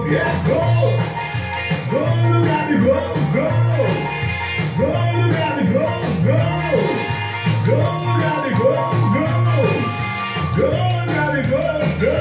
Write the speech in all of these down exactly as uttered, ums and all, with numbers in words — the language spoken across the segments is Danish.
yeah, go! Go, Lugatti, go, go! Go, Lugatti, go, go! Go, Lugatti, go, go! Go, Lugatti, go, go!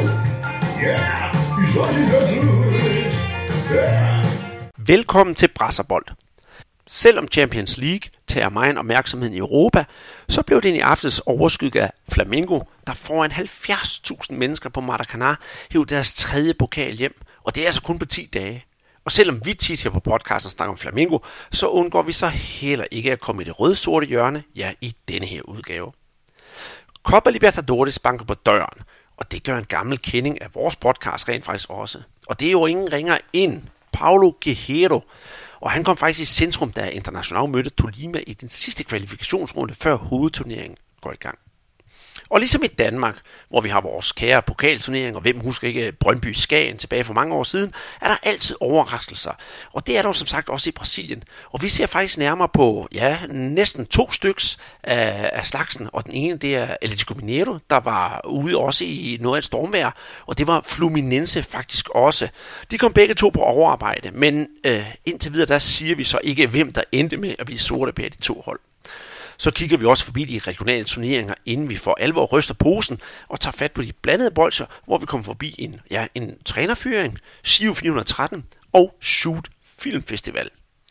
Yeah! Vi slår de godt. Yeah! Velkommen til Brasserbold. Selvom Champions League tager meget opmærksomheden i Europa, så blev den i aftes overskygget af Flamengo, der foran halvfjerds tusind mennesker på Maracanã hævde deres tredje pokal hjem, og det er altså kun på ti dage. Og selvom vi tit her på podcasten snakker om Flamengo, så undgår vi så heller ikke at komme i det rød-sorte hjørne, ja, i denne her udgave. Copa Libertadores banker på døren, og det gør en gammel kending af vores podcast rent faktisk også. Og det er jo ingen ringer end Paulo Guerrero, og han kom faktisk i centrum, da Internacional mødte Tolima i den sidste kvalifikationsrunde, før hovedturneringen går i gang. Og ligesom i Danmark, hvor vi har vores kære pokalturnering, og hvem husker ikke Brøndby Skagen tilbage for mange år siden, er der altid overraskelser. Og det er der jo som sagt også i Brasilien. Og vi ser faktisk nærmere på, ja, næsten to styks af, af slagsen. Og den ene, det er Atlético Mineiro, der var ude også i noget af et stormvejr. Og det var Fluminense faktisk også. De kom begge to på overarbejde, men øh, indtil videre, der siger vi så ikke, hvem der endte med at blive sorte bag de to hold. Så kigger vi også forbi de regionale turneringer, inden vi for alvor ryster posen og tager fat på de blandede bolcher, hvor vi kommer forbi en, ja, en trænerfyring, Giro fire hundrede og tretten og Shoot Filmfestival.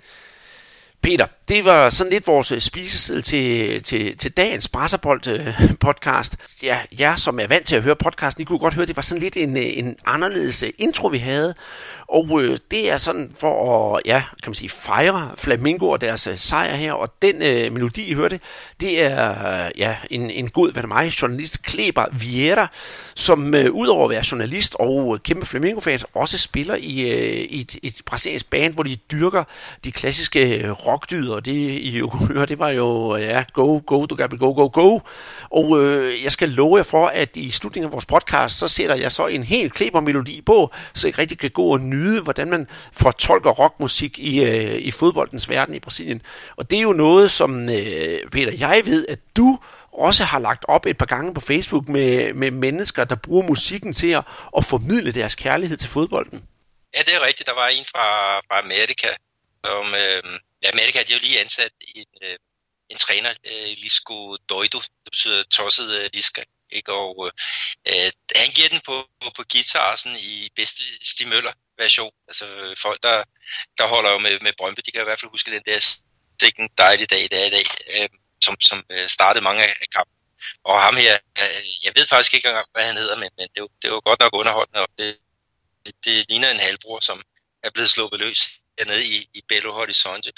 Peter, det var sådan lidt vores spiseseddel til, til, til dagens Brasserbold podcast. Ja, jer, som er vant til at høre podcasten, I kunne godt høre, det var sådan lidt en, en anderledes intro, vi havde. Og øh, det er sådan for at, ja, kan man sige, fejre Flamengo og deres øh, sejr her. Og den øh, melodi, I hørte, det er øh, ja, en, en god, hvad det mig, journalist Kleber Vieira, som øh, udover at være journalist og øh, kæmpe Flamengo-fan, også spiller i, øh, i et, et brasiliansk band, hvor de dyrker de klassiske øh, rockdyder. Og det, I jo kunne høre, det var jo, ja, go, go, du kan go, go, go. Og øh, jeg skal love jer for, at i slutningen af vores podcast, så sætter jeg så en helt Kleber-melodi på, så I rigtig kan gå og nyde, hvordan man fortolker rockmusik i, øh, i fodboldens verden i Brasilien. Og det er jo noget, som øh, Peter, jeg ved, at du også har lagt op et par gange på Facebook med, med mennesker, der bruger musikken til at, at formidle deres kærlighed til fodbolden. Ja, det er rigtigt. Der var en fra, fra Amerika, som, øh, ja, Amerika de har jo lige ansat en, øh, en træner, øh, Lisco Doido, det betyder tosset øh, Lisca. Ikke? Og øh, han giver den på, på, på guitar sådan i bedste Stig Møller version. Altså folk, der, der holder jo med, med Brøndby, de kan i hvert fald huske den der stikken dejlige dag, det er i dag, øh, som, som øh, startede mange af kampen. Og ham her, øh, jeg ved faktisk ikke engang, hvad han hedder, men, men det, det var godt nok underholdende, og det, det, det ligner en halvbror, som er blevet sluppet løs dernede i, i Belo Horizonte.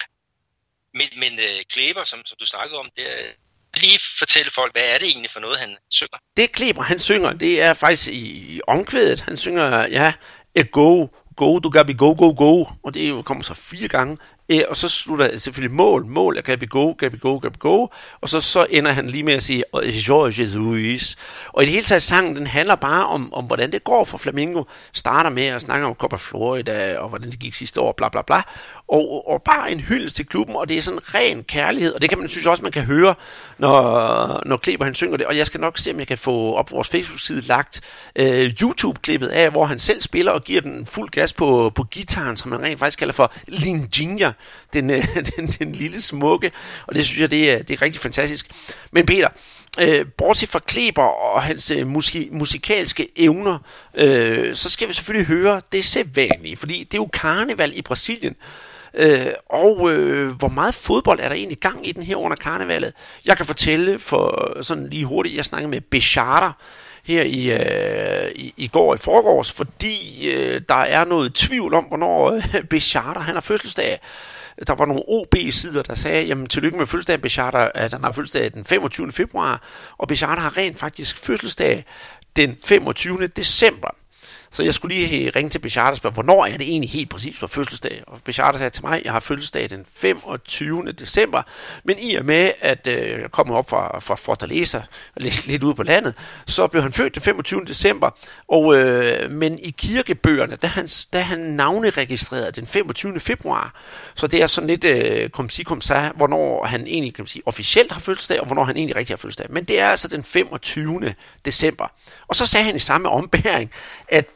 Men, men øh, Kleber, som, som du snakkede om, det er lige fortælle folk, hvad er det egentlig for noget, han synger? Det Kleber, han synger, det er faktisk i omkvædet. Han synger, ja, et go, go, du kan go, go, go. Og det kommer så fire gange. Og så slutter det selvfølgelig mål, mål, kan vi go, kan vi go, kan vi go. Og så, så ender han lige med at sige, Jorge Jesus. Og i det hele taget sangen, den handler bare om, om hvordan det går for Flamengo. Starter med at snakke om Copa Florida, og hvordan det gik sidste år, bla bla bla. Og, og bare en hyldest til klubben, og det er sådan ren kærlighed. Og det kan man synes også, man kan høre, når, når Kleber han synger det. Og jeg skal nok se, om jeg kan få op vores Facebook-side lagt øh, YouTube-klippet af, hvor han selv spiller og giver den fuld gas på, på gitaren, som man rent faktisk kalder for Lindinha. Den, den, den lille smukke, og det synes jeg, det er, det er rigtig fantastisk. Men Peter, øh, bortset fra Kleber og hans øh, musik, musikalske evner, øh, så skal vi selvfølgelig høre det sædvanlige, fordi det er jo karneval i Brasilien. Øh, og øh, hvor meget fodbold er der egentlig gang i den her under karnevalet? Jeg kan fortælle for sådan lige hurtigt, jeg snakkede med Bechara her i, øh, i, i går i forgårs, fordi øh, der er noget tvivl om, hvornår øh, Bechara han har fødselsdag. Der var nogle O B-sider, der sagde, jamen tillykke med fødselsdagen, Bechara, at han har fødselsdag den femogtyvende februar, og Bechara har rent faktisk fødselsdag den femogtyvende december. Så jeg skulle lige ringe til Bechara og spørge, hvornår er det egentlig helt præcis for fødselsdag? Og Bechara sagde til mig, at jeg har fødselsdag den femogtyvende december. Men i og med, at øh, jeg kom op fra, fra Fortaleza, lidt, lidt ude på landet, så blev han født den femogtyvende december. Og, øh, men i kirkebøgerne, der er han, der er han navneregistreret den femogtyvende februar. Så det er sådan lidt, øh, kom sig, kom sig, hvornår han egentlig kan man sige, officielt har fødselsdag, og hvornår han egentlig rigtig har fødselsdag. Men det er altså den femogtyvende december. Og så sagde han i samme ombæring, at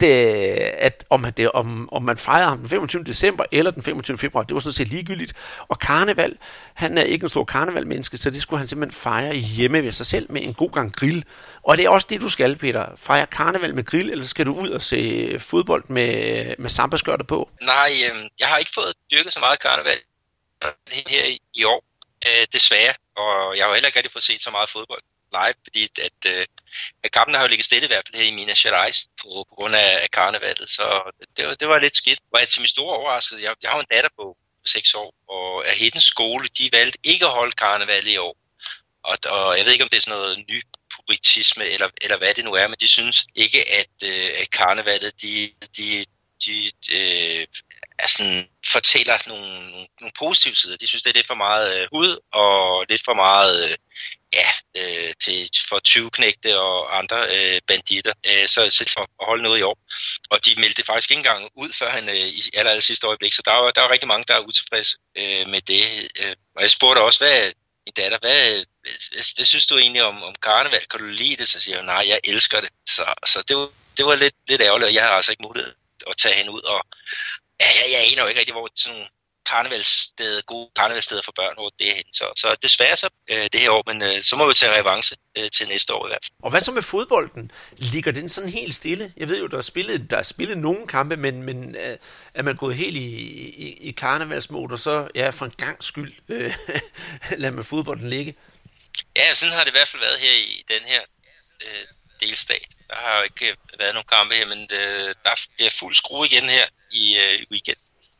at om, det, om, om man fejrer ham den femogtyvende december eller den femogtyvende februar, det var sådan set ligegyldigt. Og karneval, han er ikke en stor karnevalmenneske, så det skulle han simpelthen fejre hjemme ved sig selv med en god gang grill. Og det er også det, du skal, Peter. Fejre karneval med grill, eller skal du ud og se fodbold med, med samba-skørter på? Nej, øh, jeg har ikke fået dyrket så meget karneval her i, i år, øh, desværre. Og jeg har heller ikke rigtig fået set så meget fodbold live, fordi at, øh, at kampen har jo ligget stille i hvert fald her i Minas Gerais på, på grund af, af karnevalet, så det var, det var lidt skidt. Og jeg til min store overraskelse, jeg, jeg har en datter på seks år, og af hendes skole, de valgte ikke at holde karnevalet i år. Og, og jeg ved ikke, om det er sådan noget ny puritisme, eller, eller hvad det nu er, men de synes ikke, at, øh, at karnevalet, de, de, de øh, er sådan, fortæller nogle, nogle, nogle positive sider. De synes, det er lidt for meget øh, hud, og lidt for meget... Øh, Ja, øh, til, for tyveknægte og andre øh, banditter, øh, så, så for at holde noget i år. Og de meldte faktisk ikke engang ud før han øh, i aller, aller sidste øjeblik, så der var, der var rigtig mange, der er utilfredse øh, med det. Øh, og jeg spurgte også, hvad min datter, hvad, hvad, hvad synes du egentlig om, om karneval? Kan du lide det? Så siger jeg, nej, jeg elsker det. Så, så det var, det var lidt, lidt ærgerligt, og jeg har altså ikke mulighed at tage hende ud. Og ja, jeg, jeg aner jo ikke rigtig, hvor sådan nogle karnevalssteder, gode karnevalssteder for børn, hvor det er henne. Så, så desværre så øh, det her år, men øh, så må vi tage revanche øh, til næste år i hvert fald. Og hvad så med fodbolden? Ligger den sådan helt stille? Jeg ved jo, der er spillet, der er spillet nogle kampe, men, men øh, er man gået helt i, i, i karnevalsmode, og så ja, for en gang skyld øh, lad man fodbolden ligge? Ja, sådan har det i hvert fald været her i den her øh, delstat. Der har jo ikke været nogen kampe her, men øh, der bliver fuld skrue igen her i øh, weekend.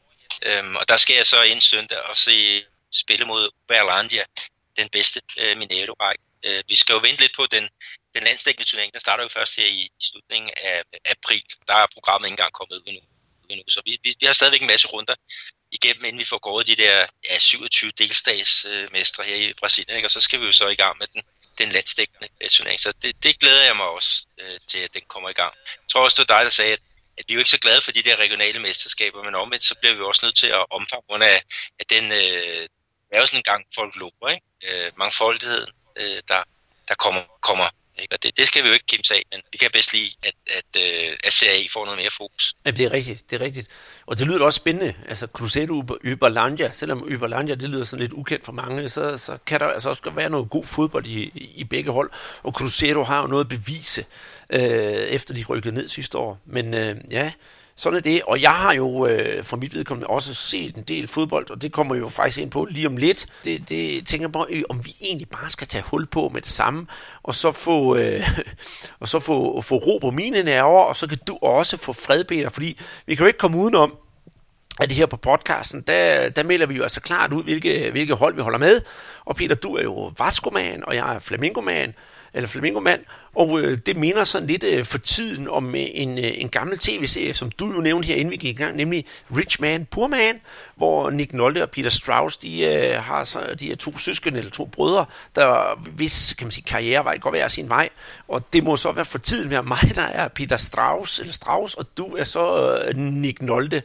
Øhm, og der skal jeg så ind søndag og se spille mod Uberlândia, den bedste øh, Mineiro-række. Øh, vi skal jo vente lidt på den, den landsdækkende turnering. Den starter jo først her i, i slutningen af april. Der er programmet ikke engang kommet ud endnu. endnu. Så vi, vi, vi har stadigvæk en masse runder igennem, inden vi får gået de der ja, syvogtyve delstatsmestre øh, her i Brasilien. Ikke? Og så skal vi jo så i gang med den, den landsdækkende øh, turnering. Så det, det glæder jeg mig også øh, til, at den kommer i gang. Jeg tror også, det var dig, der sagde, at at vi er jo ikke så glade for de der regionale mesterskaber, men omvendt så bliver vi også nødt til at omfavne af, af den, øh, er jo sådan en gang folklore, ikke? Øh, mangfoldigheden, øh, der, der kommer, kommer ikke? Og det, det skal vi jo ikke kæmpe af, men vi kan bedst lide, at, at, øh, at C A E får noget mere fokus. Ja, det er rigtigt, det er rigtigt. Og det lyder også spændende, altså Cruzeiro Uberlândia, selvom Uberlândia, det lyder sådan lidt ukendt for mange, så, så kan der altså også være noget god fodbold i, i, i begge hold, og Cruzeiro har jo noget at bevise, øh, efter de rykkede ned sidste år. Men øh, ja, sådan er det, og jeg har jo øh, for mit vedkommende også set en del fodbold, og det kommer jo faktisk ind på lige om lidt. Det, det tænker jeg på, om vi egentlig bare skal tage hul på med det samme, og så få, øh, og så få, få ro på mine nerver, og så kan du også få fred, Peter, fordi vi kan jo ikke komme udenom, at det her på podcasten, der, der melder vi jo altså klart ud, hvilke, hvilke hold vi holder med. Og Peter, du er jo Vasco-man, og jeg er Flamengo-man, eller Flamengo-mand, og øh, det minder sådan lidt øh, for tiden om øh, en, øh, en gammel tv-serie, som du jo nævnte her, inden vi gik i gang, nemlig Rich Man, Poor Man, hvor Nick Nolte og Peter Strauss, de, øh, har så, de er to søskende, eller to brødre, der hvis, kan man sige, karrierevej går hver sin vej, og det må så være for tiden være mig, der er Peter Strauss, eller Strauss, og du er så øh, Nick Nolte.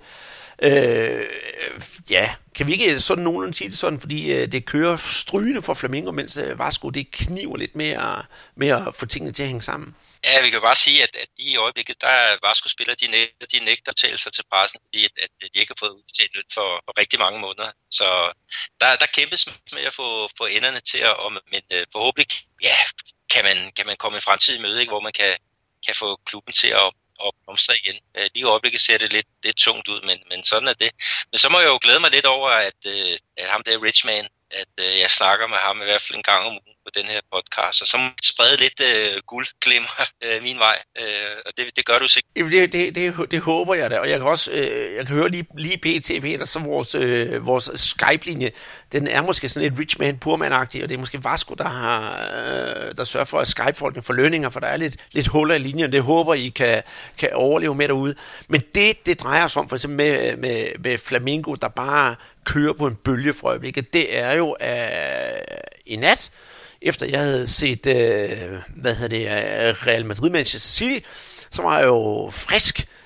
Øh, ja, kan vi ikke sådan nogenlunde sige det sådan, fordi øh, det kører strygende for Flamengo, mens øh, Vasco det kniver lidt med at, med at få tingene til at hænge sammen? Ja, vi kan bare sige, at, at i øjeblikket, der er Vasco-spillere, de nægter, de nægter at tale sig til pressen, fordi at, at de ikke har fået udbetalt løn for, for rigtig mange måneder. Så der, der kæmpes med at få, få enderne til at, og, men øh, forhåbentlig ja, kan, man, kan man komme i fremtidig møde, ikke, hvor man kan, kan få klubben til at og blomstre igen. Lige i øjeblikket ser det lidt, lidt tungt ud, men, men sådan er det. Men så må jeg jo glæde mig lidt over, at, at ham der Rich Man, at jeg snakker med ham i hvert fald en gang om ugen på den her podcast, og så må jeg sprede lidt uh, guldglimmer uh, min vej, uh, og det, det gør du sikkert. Det, det, det, det håber jeg da, og jeg kan også øh, jeg kan høre lige, lige P T, Peter, så vores, øh, vores Skype-linje, den er måske sådan lidt Rich Man, Poor Man-agtig, og det er måske Vasco, der har øh, der sørger for, at Skype-folkene får lønninger, for der er lidt, lidt huller i linjen, det håber I kan, kan overleve med derude. Men det, det drejer sig om, for eksempel med, med, med Flamengo, der bare kører på en bølge for øjeblikket, det er jo øh, i nat, efter jeg havde set øh, hvad hedder det, Real Madrid Manchester City, så var jeg jo frisk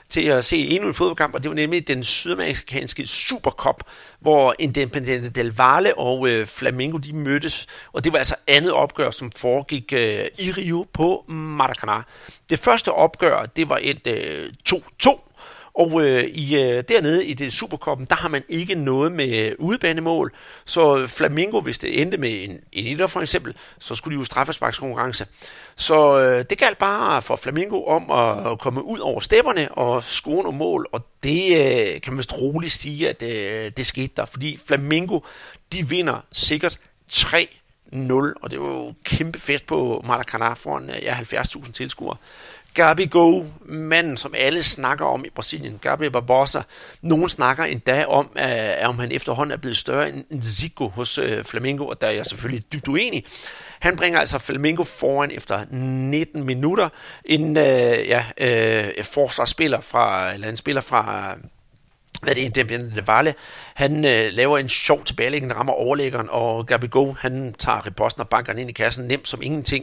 til at se endnu en fodboldkamp, og det var nemlig den sydamerikanske Supercup, hvor Independiente del Valle og øh, Flamengo de mødtes, og det var altså andet opgør, som foregik øh, i Rio på Maracanã. Det første opgør, det var et øh, to to, og øh, i, øh, dernede i det Supercuppen, der har man ikke noget med udebanemål, så Flamengo, hvis det endte med en, en etter for eksempel, så skulle de jo straffesparkskonkurrence. Så øh, det galt bare for Flamengo om at, at komme ud over stepperne og score nogle mål, og det øh, kan man vist roligt sige, at øh, det skete der, fordi Flamengo, de vinder sikkert tre nul, og det var jo kæmpe fest på Maracanã foran ja, halvfjerds tusind tilskuere. Gabigol, manden som alle snakker om i Brasilien, Gabriel Barbosa, nogen snakker endda om, at om han efterhånden er blevet større end Zico hos øh, Flamengo, og der er jeg selvfølgelig dybt uenig. Han bringer altså Flamengo foran efter nitten minutter. En øh, ja, øh, forsvarsspiller fra, eller en spiller fra, hvad det er, Independiente del Valle, han øh, laver en sjov tilbagelæggende, rammer overlæggeren, og Gabigol, han tager riposten og banker den ind i kassen, nemt som ingenting.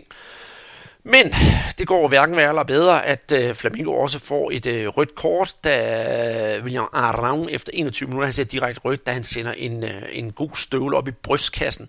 Men det går hverken værre eller bedre, at øh, Flamengo også får et øh, rødt kort, da William Arão efter enogtyve minutter, han ser direkte rødt, da han sender en, øh, en god støvle op i brystkassen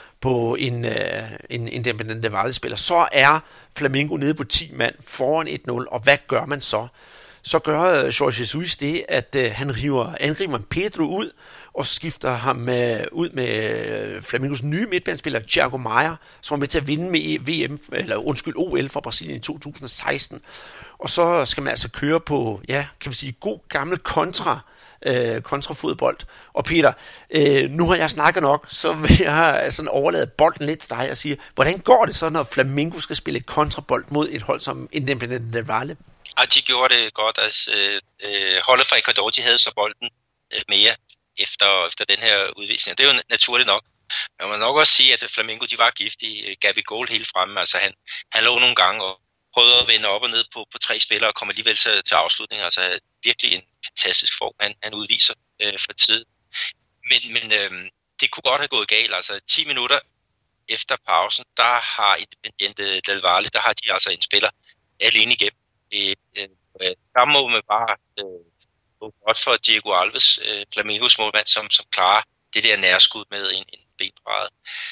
på en, øh, en Independiente del Valle-spiller. Så er Flamengo nede på ti mand foran et nul, og hvad gør man så? Så gør øh, Jorge Jesus det, at øh, han river angriberen Pedro ud, og skifter ham øh, ud med øh, Flamengos nye midtbanespiller Thiago Maia, som var med til at vinde med V M, eller undskyld, O L for Brasilien i to tusind og seksten. Og så skal man altså køre på, ja, kan vi sige, god gammel kontra, øh, kontrafodbold. Og Peter, øh, nu har jeg snakket nok, så vil jeg sådan overlade bolden lidt til dig og sige, hvordan går det så, når Flamengo skal spille kontrabold mod et hold som Independiente del Valle? Ja, de gjorde det godt. Altså, øh, holdet fra Ecuador, de havde så bolden øh, mere efter, efter den her udvisning. Det er jo naturligt nok. Man må nok også sige, at Flamengo, de var giftige. Gabigol helt fremme. Altså, han, han lå nogle gange og prøvede at vende op og ned på, på tre spillere og kom alligevel til, til afslutning. Altså, virkelig en fantastisk form, han, han udviser øh, for tid. Men, men øh, det kunne godt have gået galt. Altså, ti minutter efter pausen, der har Independiente del Valle, der har de altså en spiller alene igennem. Øh, øh, der må man bare øh, godt for Diego Alves, øh, Flamengos målmand, som, som klarer det der nærskud med en, en benbræde.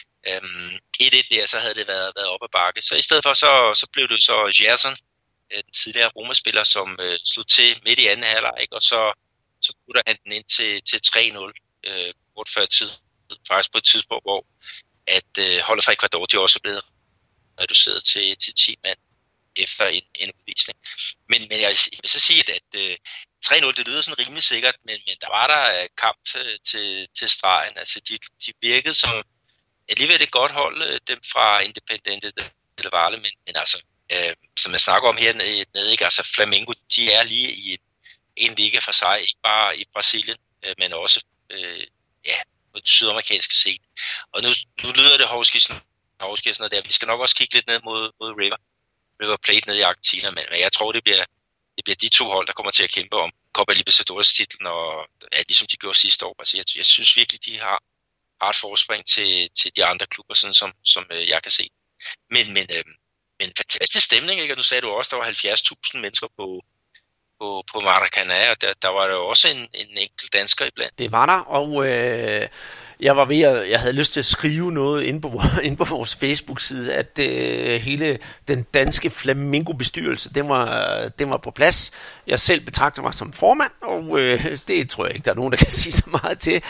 Øhm, et et der, så havde det været, været op ad bakke. Så i stedet for, så, så blev det så Gerson, øh, den tidligere Roma-spiller, som øh, slog til midt i anden halvleg, og så, så putter han den ind til, til tre nul øh, kort før tid. Faktisk på et tidspunkt, hvor at øh, holdet fra Ecuador, de også er blevet reduceret til, til ti mand efter en, en udvisning. Men, men jeg vil så sige, at, at uh, tre nul, det lyder sådan rimelig sikkert, men, men der var der uh, kamp uh, til, til stregen. Altså, de, de virkede som alligevel et godt hold, uh, dem fra Independiente del Valle, men, men altså, uh, som jeg snakker om her nede, ikke? Altså, Flamengo, de er lige i en, en liga for sig, ikke bare i Brasilien, uh, men også uh, ja, på den sydamerikanske scene. Og nu, nu lyder det hovskisen, hovskisen og der. Vi skal nok også kigge lidt ned mod, mod River. River Plate nede i Argentina, men jeg tror, det bliver, det bliver de to hold, der kommer til at kæmpe om Copa Libertadores titlen, og ja, ligesom de gjorde sidste år. Altså, jeg, jeg synes virkelig, de har, har et forspring til, til de andre klubber, sådan som, som øh, jeg kan se. Men, men, øh, men fantastisk stemning, ikke? Og nu sagde du også, der var halvfjerds tusind mennesker på, på, på Maracanã, og der, der var der også en, en enkelt dansker iblandt. Det var der, og øh, jeg var ved at, jeg havde lyst til at skrive noget inde på, inde på vores Facebook-side, at øh, hele den danske Flamengo-bestyrelse, den var, den var på plads. Jeg selv betragter mig som formand, og øh, det tror jeg ikke, der er nogen, der kan sige så meget til.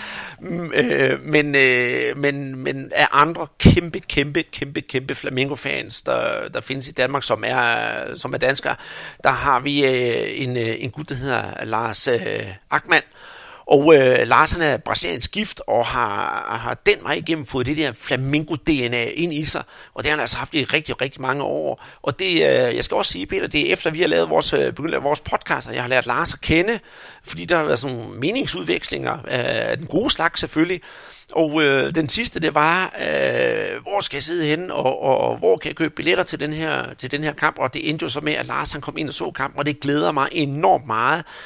Øh, men, øh, men, men af andre kæmpe, kæmpe, kæmpe, kæmpe Flamengo-fans, der, der findes i Danmark, som er, som er danskere, der har vi øh, en, en gut, der hedder Lars øh, Ackmann. Og øh, Lars han er brasiliansk gift og har, har den vej igennem fået det der Flamengo-D N A ind i sig. Og det har han altså haft i rigtig, rigtig mange år. Og det, øh, jeg skal også sige, Peter, det er efter vi har lavet vores, øh, begyndt at lave vores podcast, jeg har lært Lars at kende, fordi der har været sådan nogle meningsudvekslinger af den gode slags selvfølgelig. Og øh, den sidste, det var, øh, hvor skal jeg sidde henne, og, og, og hvor kan jeg købe billetter til den her, til den her kamp? Og det endte jo så med, at Lars han kom ind og så kampen, og det glæder mig enormt meget.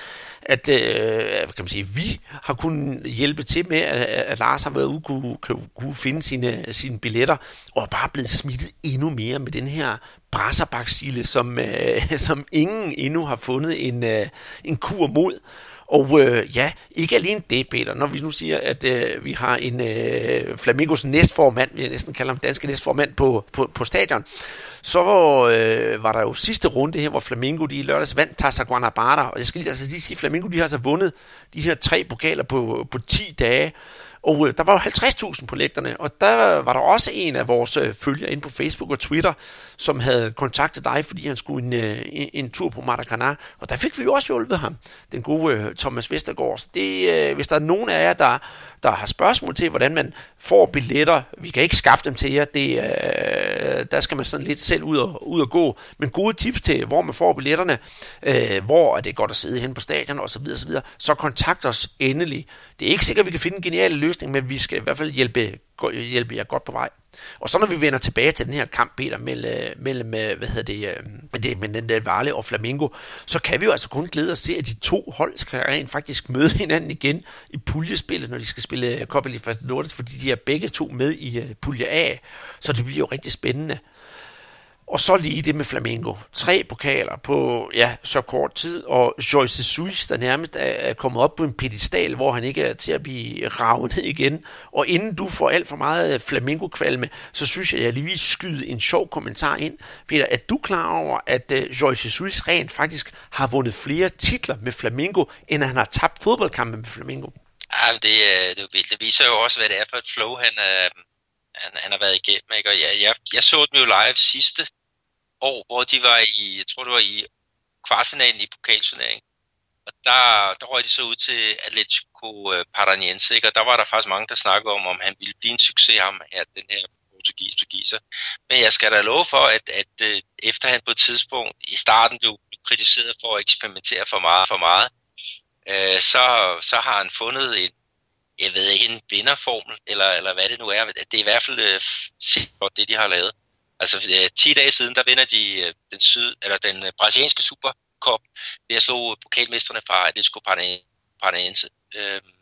at øh, kan man sige, vi har kunnet hjælpe til med, at, at Lars har været ude kunne, kunne, kunne finde sine, sine billetter, og er bare blevet smittet endnu mere med den her brasserbacille, som, øh, som ingen endnu har fundet en, øh, en kur mod. Og øh, ja, ikke alene det, Peter. Når vi nu siger, at øh, vi har en øh, Flamingos næstformand, vi næsten kalder ham danske næstformand på, på, på stadion, så øh, var der jo sidste runde her, hvor Flamingo de i lørdags vandt Taça Guanabara. Og jeg skal lige, altså, lige sige, Flamingo de har altså vundet de her tre pokaler på, på ti dage. Og øh, der var jo halvtreds tusind på lægterne, og der var der også en af vores øh, følgere inde på Facebook og Twitter, som havde kontaktet dig, fordi han skulle en, øh, en, en tur på Maracanã. Og der fik vi jo også hjulpet ham, den gode øh, Thomas Vestergaard. Så det, øh, hvis der er nogen af jer, der, der har spørgsmål til, hvordan man får billetter, vi kan ikke skaffe dem til jer, det, øh, der skal man sådan lidt selv ud og, ud og gå. Men gode tips til, hvor man får billetterne, øh, hvor er det godt at sidde hen på stadion osv., osv., så kontakt os endelig. Det er ikke sikkert, at vi kan finde en genial løsning, men vi skal i hvert fald hjælpe, hjælpe jer godt på vej. Og så når vi vender tilbage til den her kamp, Peter, mellem, mellem hvad hedder det, det med den der Valle og Flamingo, så kan vi jo altså kun glæde os til, at de to hold skal rent faktisk møde hinanden igen i puljespillet, når de skal spille Copa Libertadores, fordi de er begge to med i pulje A, så det bliver jo rigtig spændende. Og så lige det med Flamingo. Tre pokaler på, ja, så kort tid, og Jorge Jesus, der nærmest er kommet op på en pedestal, hvor han ikke er til at blive ravet ned igen. Og inden du får alt for meget Flamingo-kvalme, så synes jeg, at jeg lige vil skyde en sjov kommentar ind. Peter, er du klar over, at Jorge Jesus rent faktisk har vundet flere titler med Flamingo, end han har tabt fodboldkampe med Flamingo? Ja, det, det, det viser jo også, hvad det er for et flow, han, han, han har været igennem. Ikke? Og jeg, jeg, jeg så dem jo live sidste år, hvor de var i, jeg tror det var i kvartfinalen i pokalturneringen. Og der, der røg de så ud til Atletico Paranaense, ikke? Og der var der faktisk mange, der snakkede om, om han ville blive en succes, ham her, den her portugiser. Men jeg skal da love for, at, at, at efter han på et tidspunkt i starten blev kritiseret for at eksperimentere for meget, for meget øh, så, så har han fundet en, jeg ved ikke, en vinderformel, eller, eller hvad det nu er. Det er i hvert fald øh, sikkert det, de har lavet. Altså ti dage siden, der vinder de den syd eller den brasilianske Supercup ved at slå pokalmestrene fra Atletico Paranaense øhm,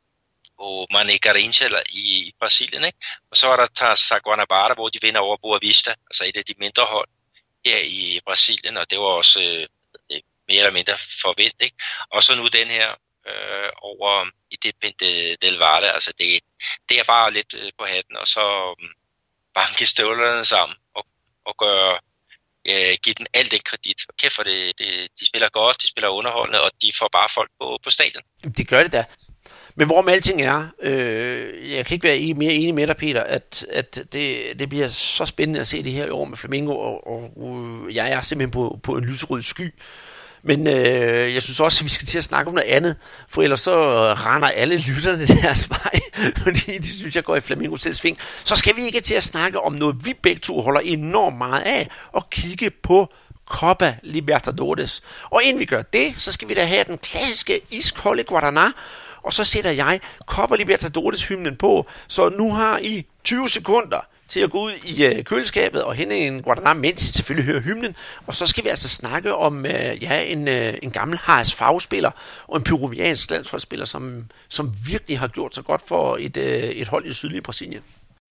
og Mané Garrincha i, i Brasilien, ikke? Og så er der Taça Guanabara, hvor de vinder over Boa Vista, altså et af de mindre hold her i Brasilien, og det var også øh, mere eller mindre forventet, ikke? Og så nu den her øh, over Independiente del Valle, altså det, det er bare lidt øh, på hatten, og så øh, banke støvlerne sammen og, og gøre, øh, give dem al den kredit. Kæft for det, det, de spiller godt, de spiller underholdende, og de får bare folk på, på stadion. Det gør det da. Men hvorom alting er, øh, jeg kan ikke være mere enig med dig, Peter, at, at det, det bliver så spændende at se det her i år med Flamingo, og, og, og jeg er simpelthen på, på en lyserød sky. Men øh, jeg synes også, at vi skal til at snakke om noget andet, for ellers så render alle lytterne deres vej, fordi de synes, jeg går i Flamingo selv sving. Så skal vi ikke til at snakke om noget, vi begge to holder enormt meget af, og kigge på Copa Libertadores. Og inden vi gør det, så skal vi da have den klassiske iskolde Guaraná, og så sætter jeg Copa Libertadores-hymnen på, så nu har I tyve sekunder til at gå ud i øh, køleskabet og hente en Guaraná, mens I selvfølgelig hører hymnen. Og så skal vi altså snakke om øh, ja, en, øh, en gammel H S V-spiller og en peruviansk landsholdsspiller, som, som virkelig har gjort så godt for et, øh, et hold i det sydlige Brasilien.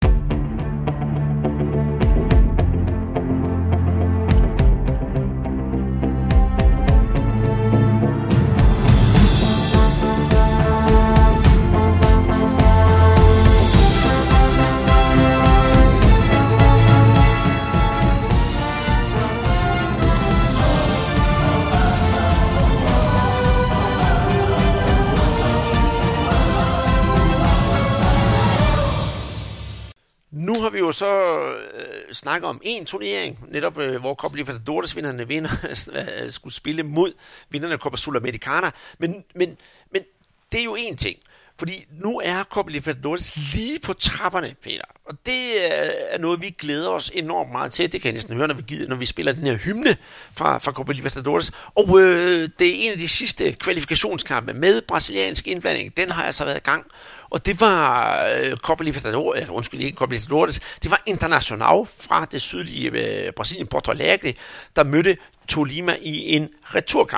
Nu har vi jo så øh, snakket om en turnering, netop øh, hvor Copa Libertadores-vinderne vinder, øh, skulle spille mod vinderne af Copa Sudamericana. Men, men, men det er jo en ting, fordi nu er Copa Libertadores lige på trapperne, Peter. Og det er noget, vi glæder os enormt meget til. Det kan jeg næsten høre, når vi, gider, når vi spiller den her hymne fra, fra Copa Libertadores. Og øh, det er en af de sidste kvalifikationskampe med brasiliansk indblanding. Den har altså været i gang. Og det var øh, Copa Libertadores, undskyld ikke Copa Libertadores, det var Internacional fra det sydlige øh, Brasilien, Porto Alegre, der mødte Tolima i en returkamp.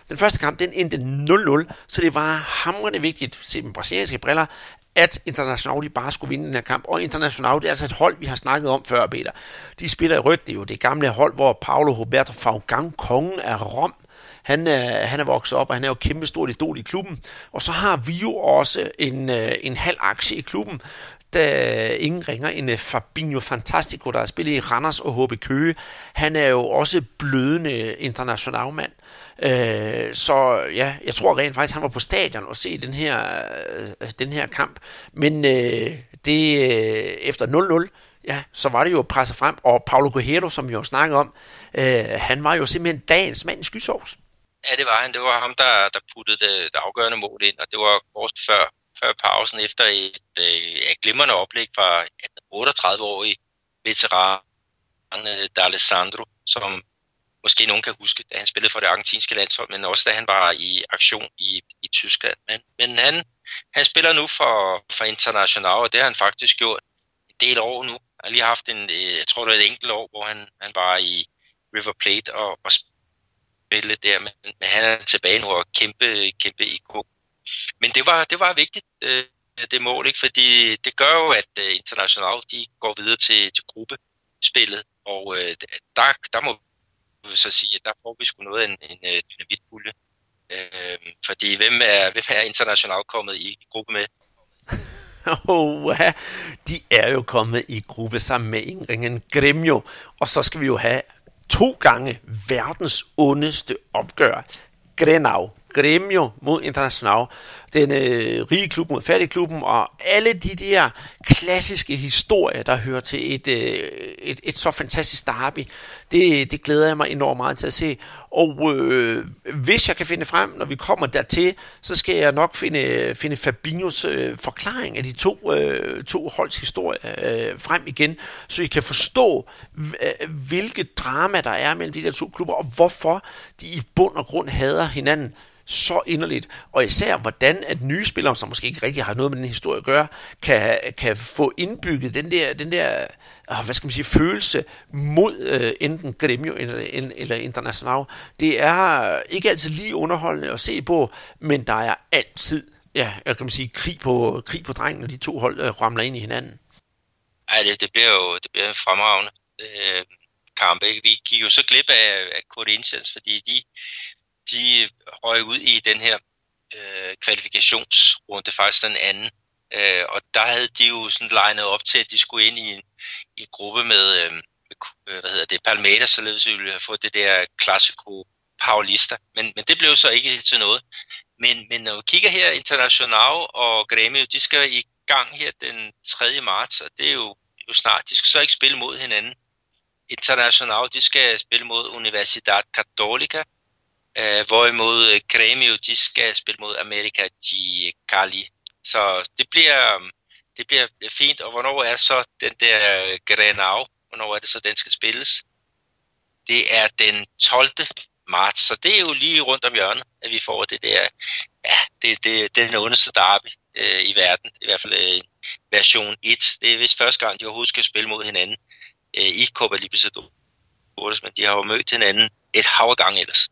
Den første kamp, den endte nul nul, så det var hamrende vigtigt, set med brasilianske briller, at Internacional de bare skulle vinde den her kamp. Og Internacional, det er altså et hold, vi har snakket om før, Peter. De spiller i ryg, det er jo det gamle hold, hvor Paulo Roberto Falcão, kongen af Rom, han er, han er vokset op, og han er jo kæmpe stort idol i klubben. Og så har vi jo også en, en halv aktie i klubben, da ingen ringer en Fabinho Fantastico, der har spillet i Randers og H B Køge. Han er jo også blødende internationalmand. Øh, så ja, jeg tror rent faktisk, han var på stadion og se den her, øh, den her kamp. Men øh, det øh, efter nul nul, ja, så var det jo presset frem. Og Paulo Guerrero, som vi jo snakkede om, øh, han var jo simpelthen dagens mand i skysovs. Ja, det var han. Det var ham, der, der puttede det, det afgørende mål ind, og det var kort før, før pausen efter et, et glimrende oplæg fra otteogtredive-årig veteran D'Alessandro, som måske nogen kan huske, da han spillede for det argentinske landshold, men også da han var i aktion i, i Tyskland. Men, men han, han spiller nu for, for Internacional, og det har han faktisk gjort en del år nu. Han har lige haft en, jeg tror det var et enkelt år, hvor han, han var i River Plate og, og spille der, men, men han er tilbage nu og kæmpe, kæmpe I K. Men det var, det var vigtigt, det mål, ikke? Fordi det gør jo, at Internacional de går videre til, til gruppespillet, og der, der må vi så sige, at der får vi sgu noget af en, en dynavitpulje. Øh, fordi hvem er, hvem er Internacional kommet i, i gruppe med? Oh, de er jo kommet i gruppe sammen med ingen ringen Grêmio, og så skal vi jo have to gange verdens ondeste opgør. Grenau. Grêmio mod Internacional. Den øh, rige klub mod fattige klubben, og alle de der klassiske historier, der hører til et, øh, et, et så fantastisk derby, det, det glæder jeg mig enormt meget til at se. Og øh, hvis jeg kan finde frem, når vi kommer dertil, så skal jeg nok finde, finde Fabinhos øh, forklaring af de to, øh, to holds historie øh, frem igen, så I kan forstå, hvilke drama der er mellem de der to klubber, og hvorfor de i bund og grund hader hinanden så inderligt, og især hvordan at nye spillere, som måske ikke rigtig har noget med den historie at gøre, kan, kan få indbygget den der, den der hvad skal man sige, følelse mod øh, enten Grêmio eller, eller Internacional. Det er ikke altid lige underholdende at se på, men der er altid, ja, jeg kan man sige, krig på, krig på drengen, når de to hold øh, ramler ind i hinanden. Ej, det, det bliver jo det bliver en fremragende øh, kamp, ikke? Vi gik jo så glip af, af Corinthians, fordi de de røg ud i den her øh, kvalifikationsrunde, faktisk den anden. Øh, og der havde de jo sådan legnet op til, at de skulle ind i en, i en gruppe med, øh, med hvad hedder det, Palmeiras, således vi ville have fået det der Clásico Paulista. Men, men det blev så ikke til noget. Men, men når vi kigger her, Internacional og Grêmio, de skal i gang her den tredje marts, og det er jo, jo snart. De skal så ikke spille mod hinanden. Internacional, de skal spille mod Universidad Católica, Uh, hvorimod Grêmio, de skal spille mod América de Cali. Så det bliver, det bliver fint. Og hvornår er så den der Grenau? Hvornår er det så, den skal spilles? Det er den tolvte marts. Så det er jo lige rundt om hjørnet, at vi får det der. Ja, det, det, det er den ondeste derby uh, i verden. I hvert fald uh, version et. Det er vist første gang, de overhovedet skal spille mod hinanden uh, i Copa Libertadores. Men de har jo mødt hinanden et hav af gange ellers.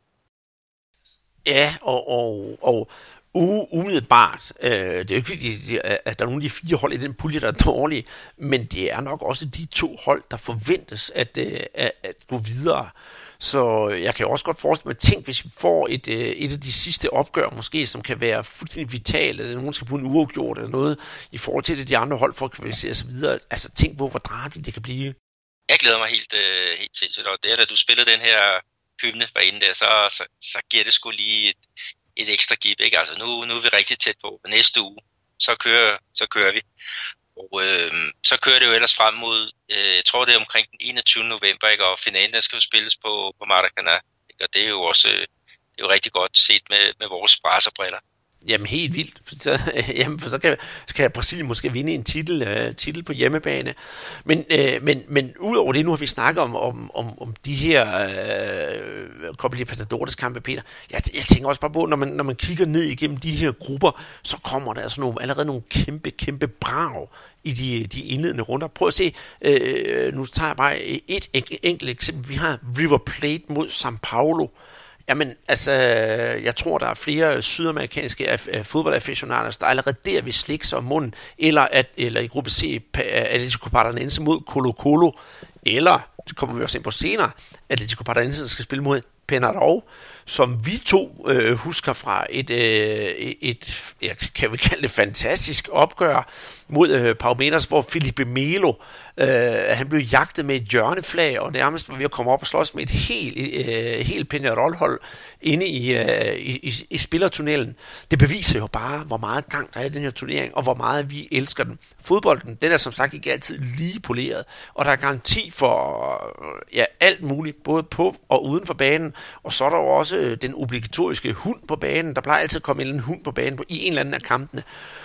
Ja, og, og, og u- umiddelbart, øh, det er jo ikke fordi, at der er nogle af de fire hold i den pulje, der er dårlige, men det er nok også de to hold, der forventes at, øh, at, at gå videre. Så jeg kan jo også godt forestille mig, tænk, hvis vi får et, øh, et af de sidste opgør, måske, som kan være fuldstændig vitalt, eller nogen skal på en uafgjort eller noget, i forhold til det, de andre hold for at kvalificere sig videre. Altså tænk på, hvor dramatisk det kan blive. Jeg glæder mig helt, øh, helt sindssygt, og det er, da du spillede den her hymne for inden der, så, så, så giver det sgu lige et, et ekstra gib, ikke? Altså nu, nu er vi rigtig tæt på. Næste uge, så kører, så kører vi. Og øh, så kører det jo ellers frem mod, øh, jeg tror det er omkring den enogtyvende november, ikke? Og finalen, der skal jo spilles på, på Maracanã, ikke? Og det er jo også det er jo rigtig godt set med, med vores brasserbriller. Jamen helt vildt, for så, jamen, for så, kan, så kan Brasilien måske vinde en titel, uh, titel på hjemmebane. Men, uh, men, men udover det, nu har vi snakket om, om, om, om de her uh, Copa Libertadores kampe, Peter. Jeg, jeg tænker også bare på, når man, når man kigger ned igennem de her grupper, så kommer der altså nogle, allerede nogle kæmpe, kæmpe brag i de, de indledende runder. Prøv at se, uh, nu tager jeg bare et, et enkelt eksempel. Vi har River Plate mod São Paulo. Jamen, altså, jeg tror, der er flere sydamerikanske af- fodboldaficionader, der allerede der vil slikke sig om munden, eller, at, eller i gruppe C, Atletico Paranaense mod Colo Colo, eller, det kommer vi også ind på senere, Atletico Paranaense skal spille mod Peñarol, som vi to øh, husker fra et, øh, et, jeg kan vi kalde det fantastisk opgør mod øh, Palmeiras, hvor Felipe Melo, øh, han blev jagtet med et hjørneflag, og nærmest var ved at komme op og slås med et helt, øh, helt Peñarol-hold inde i, øh, i, i, i spillertunnelen. Det beviser jo bare, hvor meget gang der er i den her turnering, og hvor meget vi elsker den. Fodbolden, den er som sagt ikke altid lige poleret, og der er garanti for ja, alt muligt, både på og uden for banen, og så er der jo også øh, den obligatoriske hund på banen. Der plejer altid at komme en hund på banen på, i en eller anden af kampene.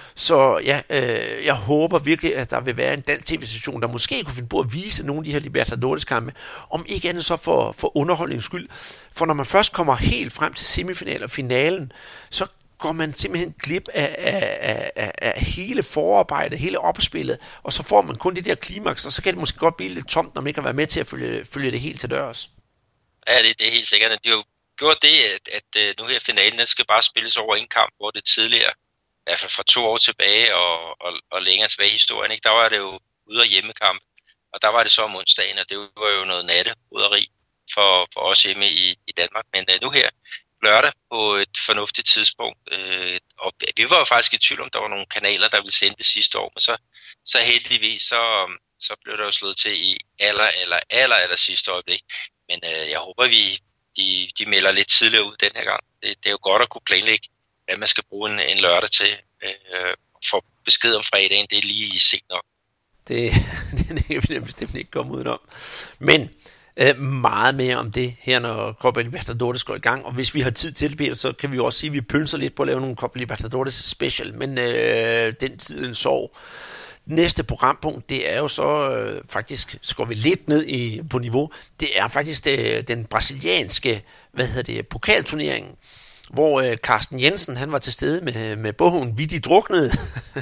Så ja, øh, jeg håber virkelig, at der vil være en dansk tv-station, der måske kunne finde på at vise nogle af de her Libertadores-kampe, om ikke andet så for, for underholdningens skyld. For når man først kommer helt frem til semifinalen og finalen, så går man simpelthen glip af, af, af, af hele forarbejdet, hele opspillet, og så får man kun det der klimaks, og så kan det måske godt blive lidt tomt, når man ikke har været med til at følge, følge det helt til dørs. Ja, det, det er helt sikkert. De har jo gjort det, at, at nu her finalen, den skal bare spilles over en kamp, hvor det tidligere, i hvert fald fra to år tilbage og, og, og længere tilbage i historien, ikke? Der var det jo ude- og hjemmekamp, og der var det så om onsdagen, og det var jo noget natteuderi for, for os hjemme i, i Danmark. Men uh, nu her, lørdag på et fornuftigt tidspunkt, øh, og vi var jo faktisk i tvivl om, der var nogle kanaler, der ville sende det sidste år, men så, så heldigvis, så, så blev der jo slået til i aller, aller, aller, aller sidste øjeblik. Men øh, jeg håber, vi de, de melder lidt tidligere ud den her gang. Det, det er jo godt at kunne planlægge, hvad man skal bruge en, en lørdag til. Øh, for besked om fredagen, det er lige sent nok. Det, det kan vi bestemt ikke komme udenom. Men øh, meget mere om det her, når Copa Libertadores går i gang. Og hvis vi har tid til det, Peter, så kan vi også sige, at vi pølser lidt på at lave nogle Copa Libertadores special. Men øh, den tid, den sov. Næste programpunkt, det er jo så øh, faktisk, så går vi lidt ned i, på niveau, det er faktisk det, den brasilianske, hvad hedder det, pokalturneringen, hvor øh, Carsten Jensen, han var til stede med, med bogen Vi de druknede,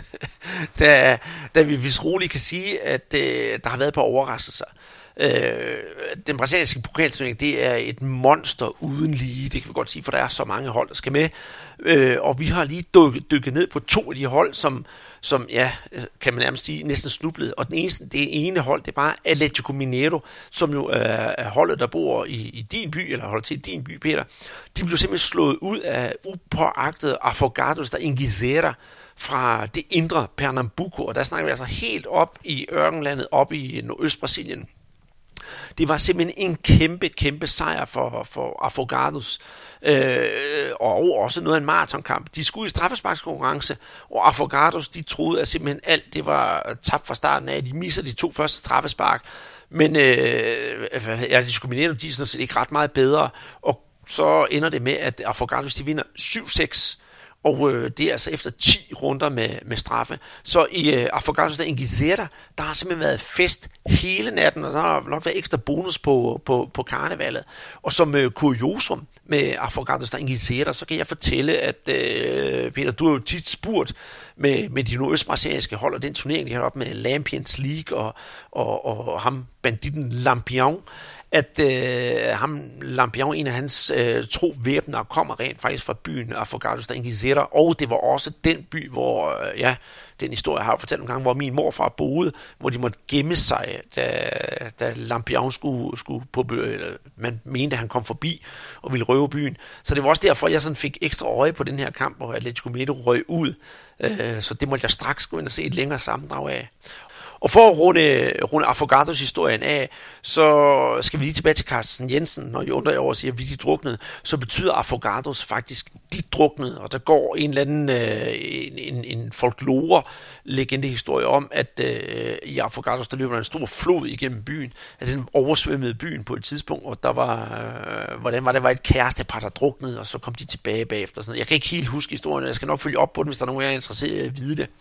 da, da vi vist roligt kan sige, at øh, der har været på overraskelser. Øh, den brasilianske pokalturnering, det er et monster uden lige, det kan vi godt sige, for der er så mange hold, der skal med, øh, og vi har lige dykket, dykket ned på to af de hold, som som, ja, kan man nærmest sige, næsten snublede. Og den eneste, det ene hold, det er bare Atlético Mineiro, som jo er holdet, der bor i, i din by, eller holder til i din by, Peter. De blev simpelthen slået ud af upåagtede Afogados, der Inguizera fra det indre Pernambuco, og der snakker vi altså helt op i ørkenlandet, op i Nordøst-Brasilien. Det var simpelthen en kæmpe, kæmpe sejr for, for Afogados, øh, og også noget af en maratonkamp. De skulle i straffesparkskonkurrence, og Afogados, de troede, at simpelthen alt det var tabt fra starten af. De misser de to første straffespark, men øh, ja, de skulle minere, de er sådan set ikke ret meget bedre, og så ender det med, at Afogados, de vinder syv seks, og øh, det er altså efter ti runder med, med straffe. Så i øh, Afogados der Inguizera, der har simpelthen været fest hele natten, og så har der nok været ekstra bonus på, på, på karnevalet. Og som øh, kuriosum med Afogados der Inguizera, så kan jeg fortælle, at øh, Peter, du har jo tit spurgt med, med de nordøstbrasilianske hold, og den turnering, de har op med Lampions League og, og, og ham banditten Lampion, at øh, ham, Lampion, en af hans øh, tro væbnere, kommer rent faktisk fra byen Afogados der Inguizera, og det var også den by, hvor, øh, ja, den historie har jeg fortalt en gang, hvor min morfar boede, hvor de måtte gemme sig, da, da Lampion skulle, skulle på byen, man mente, at han kom forbi og ville røve byen. Så det var også derfor, jeg sådan fik ekstra øje på den her kamp, hvor Atlético Mineiro røg ud, øh, så det måtte jeg straks gå ind og se et længere sammendrag af. Og for at runde, runde Afogados historien af, så skal vi lige tilbage til Carsten Jensen. Når I undrer jer over at sige, at vi de druknede, så betyder Afogados faktisk de druknede. Og der går en eller anden øh, en, en, en folklore-legendehistorie om, at øh, i Afogados, der løber en stor flod igennem byen, at den oversvømmede byen på et tidspunkt, og der var, øh, hvordan var det, var et kærestepar, der druknede, og så kom de tilbage bagefter. Sådan. Jeg kan ikke helt huske historien, jeg skal nok følge op på den, hvis der er nogen, der er interesseret i at vide det.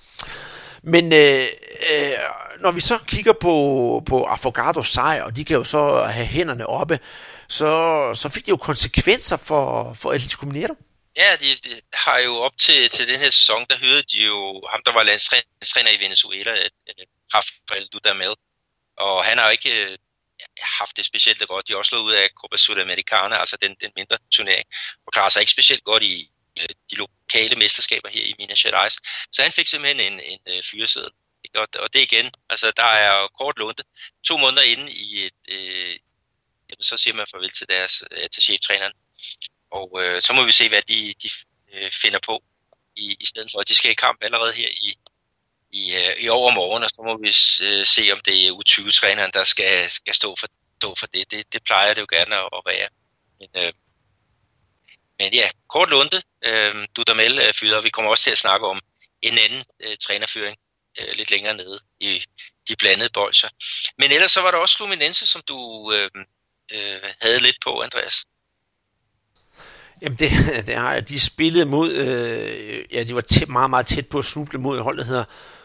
Men øh, øh, når vi så kigger på, på Afogados sejr, og de kan jo så have hænderne oppe, så, så fik det jo konsekvenser for, for Atlético Mineiro. Ja, de, de har jo op til, til den her sæson, der hørte de jo ham, der var landstræner i Venezuela, Rafael Dudamel. Og han har jo ikke, haft det specielt godt. De er også slået ud af Copa Sudamericana, altså den, den mindre turnering, og klarer sig ikke specielt godt i øh, de lokale mesterskaber her i Minas Gerais. Så han fik simpelthen en, en øh, fyreseddel. Og, og det igen, altså der er kort lunte. To måneder inde i et, øh, jamen, så siger man farvel til deres øh, til cheftræneren. Og øh, så må vi se, hvad de, de øh, finder på, i, i stedet for at de skal i kamp allerede her i, i, øh, i overmorgen, og så må vi øh, se, om det er U tyve-træneren, der skal, skal stå, for, stå for det. det. Det plejer det jo gerne at, at være. Men, øh, men ja, kort lunte. Øh, Dudamel øh, fyret, og vi kommer også til at snakke om en anden øh, trænerfyring øh, lidt længere nede i de blandede bolcher. Men ellers så var der også Fluminense, som du øh, øh, havde lidt på, Andreas. Jamen det, det har jeg. De spillede mod, øh, ja, de var tæt, meget, meget tæt på at snuble mod et hold, der hedder,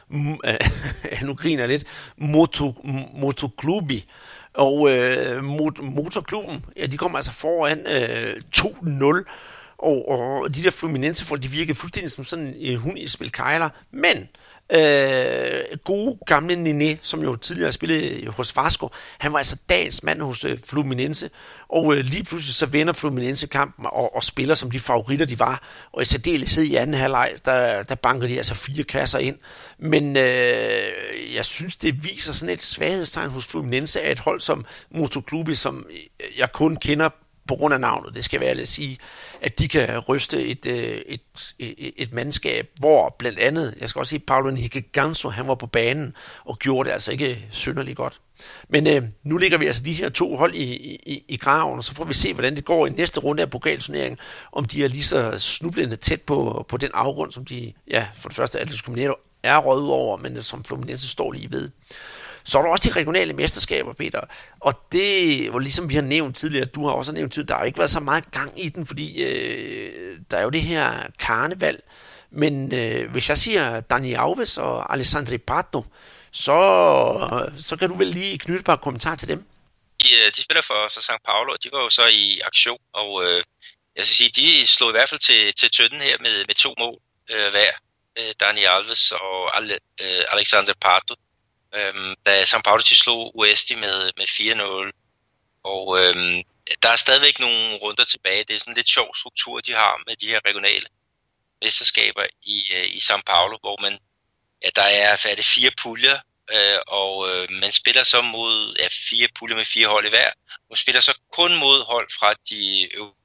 øh, nu griner jeg lidt, Moto, Motoclubi. Og øh, mot, motorklubben, ja, de kom altså foran øh, to nul. Og, og de der Fluminense-folk, de virkede fuldstændig som sådan en hund i spil kejler. Men øh, gode gamle Nené, som jo tidligere spillede hos Vasco, han var altså dagens mand hos øh, Fluminense. Og øh, lige pludselig så vender Fluminense kampen og, og spiller som de favoritter, de var. Og i særdeleshed i anden halvleg, der, der banker de altså fire kasser ind. Men øh, jeg synes, det viser sådan et svaghedstegn hos Fluminense af et hold som Motoclubi, som jeg kun kender på grund af navnet, det skal være at sige, at de kan ryste et, et, et, et mandskab, hvor blandt andet, jeg skal også sige, Paulo Henrique Ganso, han var på banen og gjorde det altså ikke synderligt godt. Men øh, nu ligger vi altså de her to hold i, i, i graven, og så får vi se, hvordan det går i næste runde af pokalturneringen, om de er lige så snublende tæt på, på den afgrund, som de, ja, for det første Atletico Mineiro er røget over, men som Fluminense står lige ved. Så er der også de regionale mesterskaber, Peter, og det var ligesom vi har nævnt tidligere, du har også nævnt tidligere, der har ikke været så meget gang i den, fordi øh, der er jo det her karneval, men øh, hvis jeg siger Dani Alves og Alessandro Pato, så, så kan du vel lige knytte et par kommentarer til dem? De, de spiller for, for São Paulo, og de var jo så i aktion, og øh, jeg skal sige, de slog i hvert fald til, til tøtten her med, med to mål øh, hver, øh, Dani Alves og Ale, øh, Alexander Pato. Øhm, da São Paulo de slog Oeste med, med fire nul, og øhm, der er stadigvæk nogle runder tilbage. Det er sådan en lidt sjov struktur, de har med de her regionale mesterskaber i, øh, i São Paulo, hvor man, ja, der er, er det fire puljer, øh, og øh, man spiller så mod ja, fire puljer med fire hold i hver. Man spiller så kun mod hold fra de øvrige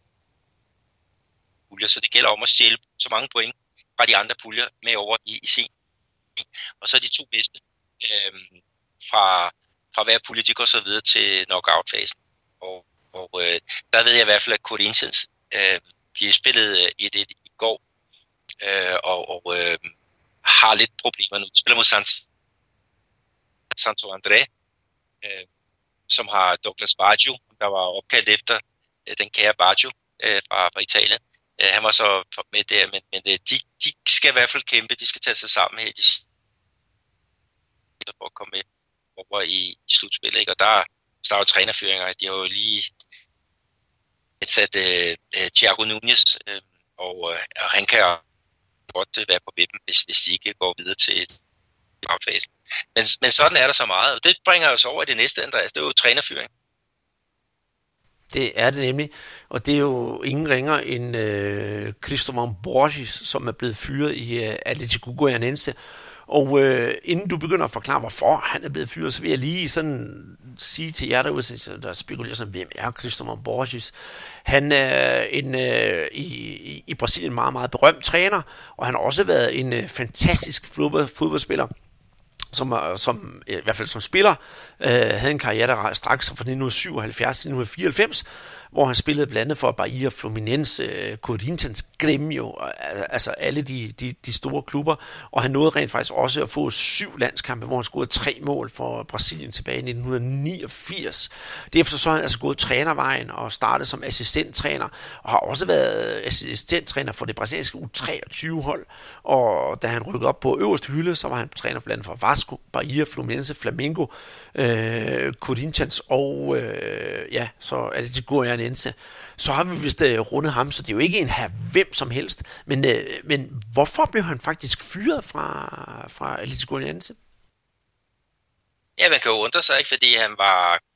puljer, så det gælder om at stjæle så mange point fra de andre puljer med over i, i sin. Og så de to bedste Øhm, fra, fra hver pulje, de går så videre til knockout-fasen. Og, og øh, der ved jeg i hvert fald, at Corinthians, øh, de spillede et et i går, øh, og, og øh, har lidt problemer nu. De spiller mod Sant, Santo André, øh, som har Douglas Baggio, der var opkaldt efter øh, den kære Baggio øh, fra, fra Italien. Øh, han var så med der, men, men de, de skal i hvert fald kæmpe, de skal tage sig sammen her i de for at komme med over i, i slutspillet, ikke? Og der, der er jo trænerføringer, de har jo lige sat uh, uh, Thiago Núñez, uh, og, uh, og han kan godt uh, være på vippen, hvis, hvis de ikke går videre til outfasen. Men, men sådan er der så meget, og det bringer os over i det næste, Andreas, det er jo trænerføring. Det er det nemlig, og det er jo ingen ringer end uh, Cristóvão Borges, som er blevet fyret i uh, Atlético Goianiense. Og øh, inden du begynder at forklare, hvorfor han er blevet fyret, så vil jeg lige sådan sige til jer derude, der spekulerer sådan, hvem er Cristóvão Borges? Han er en, øh, i, i Brasilien meget, meget berømt træner, og han har også været en øh, fantastisk fodbold, fodboldspiller, som, som i hvert fald som spiller, øh, havde en karriere, der straks fra nitten syvoghalvfjerds til nitten fireoghalvfems, hvor han spillede blandt andet for Bahia, Fluminense, Corinthians, Grêmio, altså alle de, de, de store klubber, og han nåede rent faktisk også at få syv landskampe, hvor han scorede tre mål for Brasilien tilbage i nitten niogfirs. Derefter så har han altså gået trænervejen og startet som assistenttræner, og har også været assistenttræner for det brasilianske U treogtyve-hold, og da han rykkede op på øverste hylde, så var han træner blandt andet for Vasco, Bahia, Fluminense, Flamengo, øh, Corinthians og øh, ja, så er det til Goianiense. Så har vi vist uh, rundet ham, så det er jo ikke en her hvem som helst, men, uh, men hvorfor blev han faktisk fyret fra, fra Atlético Goianiense? Ja, man kan jo undre sig, ikke, fordi han var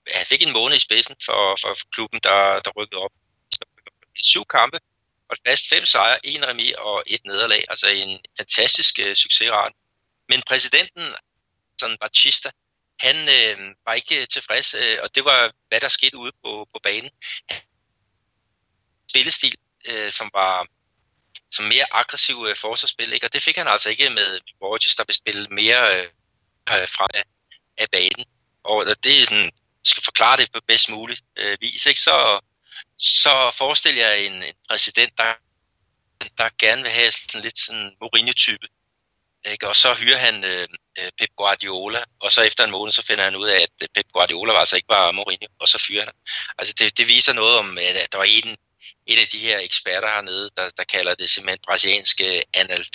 han fik en måned i spidsen for, for, for klubben, der, der rykkede op. I syv kampe, og fast fem sejre, en remis og et nederlag. Altså en fantastisk uh, succesrate. Men præsidenten, sådan Batista, han øh, var ikke tilfreds, øh, og det var, hvad der skete ude på, på banen. Spillestil, øh, som var som mere aggressiv øh, forsvarsspil, ikke? Og det fik han altså ikke med Borges, der blev spillet mere øh, frem af, af banen. Og det er sådan, skal forklare det på bedst muligt øh, vis, ikke? Så, så forestil jer en, en præsident, der, der gerne vil have sådan lidt sådan Mourinho-type. Ikke? Og så hyrer han øh, Pep Guardiola, og så efter en måned, så finder han ud af, at Pep Guardiola altså ikke var Mourinho, og så fyrer han. Altså det, det viser noget om, at der var en, en af de her eksperter hernede, der, der kalder det simpelthen brasilianske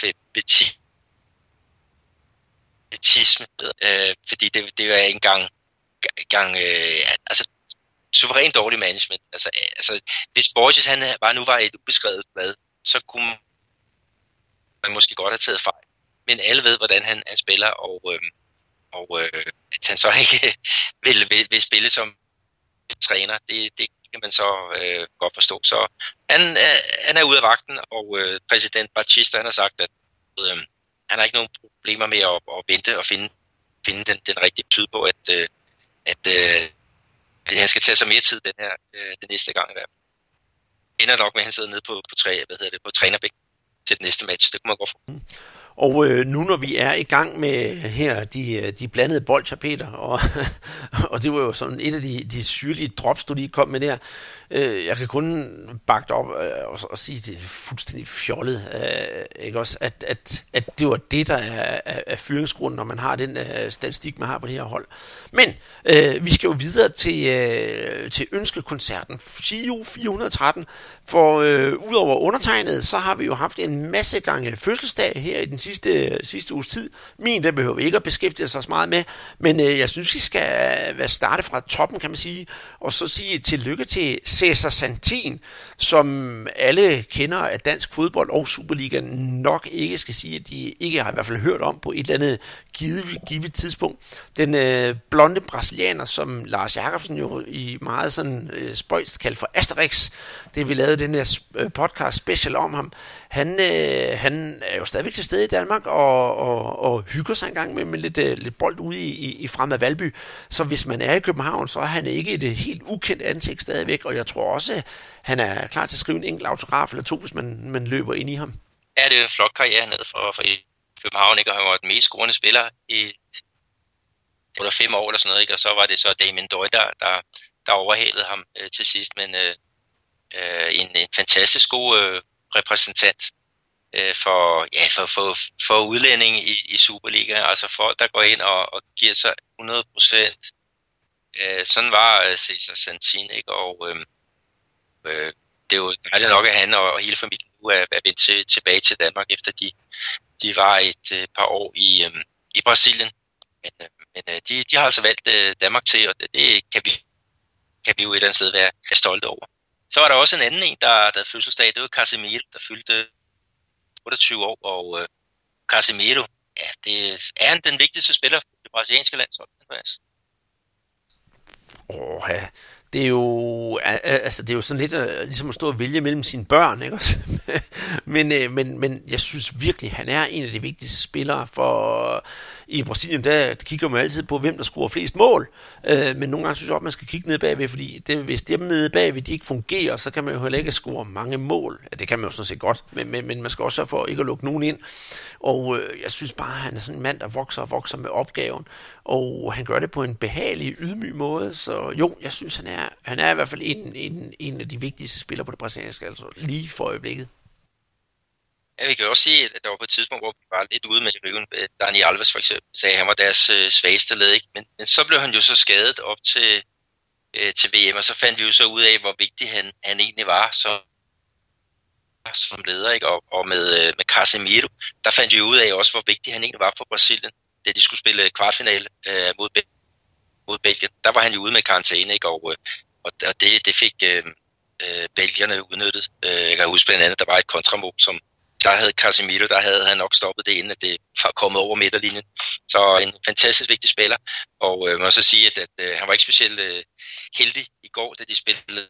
analfabetisme, øh, fordi det, det var ikke engang, gang, øh, altså suverænt dårlig management. Altså, altså hvis Borges han var, nu var et ubeskrevet blad, så kunne man måske godt have taget fejl. Men alle ved, hvordan han, han spiller, og, øh, og øh, at han så ikke vil, vil, vil spille som træner, det, det kan man så øh, godt forstå. Så han, øh, han er ude af vagten, og øh, præsident Batista han har sagt, at øh, han har ikke nogen problemer med at, at vente og finde, finde den, den rigtige tid på, at, øh, at øh, han skal tage sig mere tid den her øh, den næste gang. Det ender nok med, at han sidder nede på, på, træ, hvad hedder det, på trænerbænken til den næste match. Det kunne man godt få. Og øh, nu når vi er i gang med her de, de blandede bolcher, Peter, og, og det var jo sådan et af de, de syrlige drops, du lige kom med der. Øh, jeg kan kun bakke op øh, og, og sige, at det er fuldstændig fjollet, øh, ikke også? At, at, at det var det, der er, er, er fyringsgrunden, når man har den øh, statistik, man har på det her hold. Men øh, vi skal jo videre til, øh, til ønskekoncerten, Giro fire hundrede og tretten, for øh, udover undertegnet, så har vi jo haft en masse gange fødselsdag her i den sidste, sidste uges tid. Min, der behøver vi ikke at beskæftige sig så meget med, men øh, jeg synes, vi skal starte fra toppen, kan man sige, og så sige tillykke til Cesar Santin, som alle kender af dansk fodbold og Superligaen nok ikke skal sige, at de ikke har i hvert fald hørt om på et eller andet givet, givet tidspunkt. Den øh, blonde brasilianer, som Lars Jacobsen jo i meget sådan øh, spøjst kaldt for Asterix, det vi lavede den her podcast special om ham, han, øh, han er jo stadigvæk til stede i Danmark og, og, og hygger sig en gang med, med lidt, øh, lidt bold ude i, i, i Fremad Valby. Så hvis man er i København, så er han ikke et helt ukendt ansigt stadigvæk, og jeg tror også, han er klar til at skrive en enkelt autograf eller to, hvis man, man løber ind i ham. Ja, det er en flot karriere nede for, for København, ikke? Og han var den mest scorende spiller i under fem år eller sådan noget, ikke? Og så var det så Damien Døj, der, der, der overhalede ham øh, til sidst, men øh, øh, en, en fantastisk god øh, repræsentant øh, for, ja, for, for, for udlændinge i, i Superligaen, altså folk, der går ind og, og giver sig hundrede procent. Øh, sådan var øh, Cesar Santin, ikke? Og øh, øh, det er jo dejligt nok, at han og, og hele familien nu er, er vendt til, tilbage til Danmark, efter de, de var et øh, par år i, øh, i Brasilien. Men, øh, men øh, de, de har altså valgt øh, Danmark til, og det, det kan, vi, kan vi jo et eller andet sted være, være stolte over. Så var der også en anden en, der, der havde fødselsdag. Det var Casemiro, der fyldte otteogtyve år. Og øh, Casemiro, ja, det er han den vigtigste spiller for det brasilianske landshold, Andreas. Åh, ja. Det er jo altså det er jo sådan lidt uh, ligesom at stå og vælge mellem sine børn, ikke også? men uh, men men jeg synes virkelig han er en af de vigtigste spillere for uh, i Brasilien. Der kigger man altid på hvem der scorer flest mål. Uh, men nogle gange synes jeg også man skal kigge ned bagved, fordi det, hvis dem nede bagved de ikke fungerer, så kan man jo heller ikke score mange mål. Ja, det kan man jo sådan set godt, men men men man skal også sørge for ikke at lukke nogen ind. Og uh, jeg synes bare han er sådan en mand der vokser og vokser med opgaven, og han gør det på en behagelig, ydmyg måde. Så jo, jeg synes han er Han er i hvert fald en, en, en af de vigtigste spillere på det brasilianske, altså lige for øjeblikket. Ja, vi kan også sige, at der var på et tidspunkt, hvor vi var lidt ude med i riven. Dani Alves for eksempel sagde, at han var deres øh, svageste led, ikke? Men, men så blev han jo så skadet op til, øh, til V M, og så fandt vi jo så ud af, hvor vigtig han, han egentlig var så, som leder, ikke? Og, og med, øh, med Casemiro, der fandt vi ud af også, hvor vigtig han egentlig var for Brasilien, da de skulle spille kvartfinale øh, mod Belgien. mod Belgien. Der var han jo ude med karantæne, ikke? Og, og det, det fik øh, øh, belgierne udnyttet. Øh, jeg kan huske blandt andet, der var et kontramål, som der havde Casemiro, der havde han nok stoppet det, inden at det var kommet over midterlinjen. Så en fantastisk vigtig spiller, og øh, man må så sige, at, at øh, han var ikke specielt øh, heldig i går, da de spillede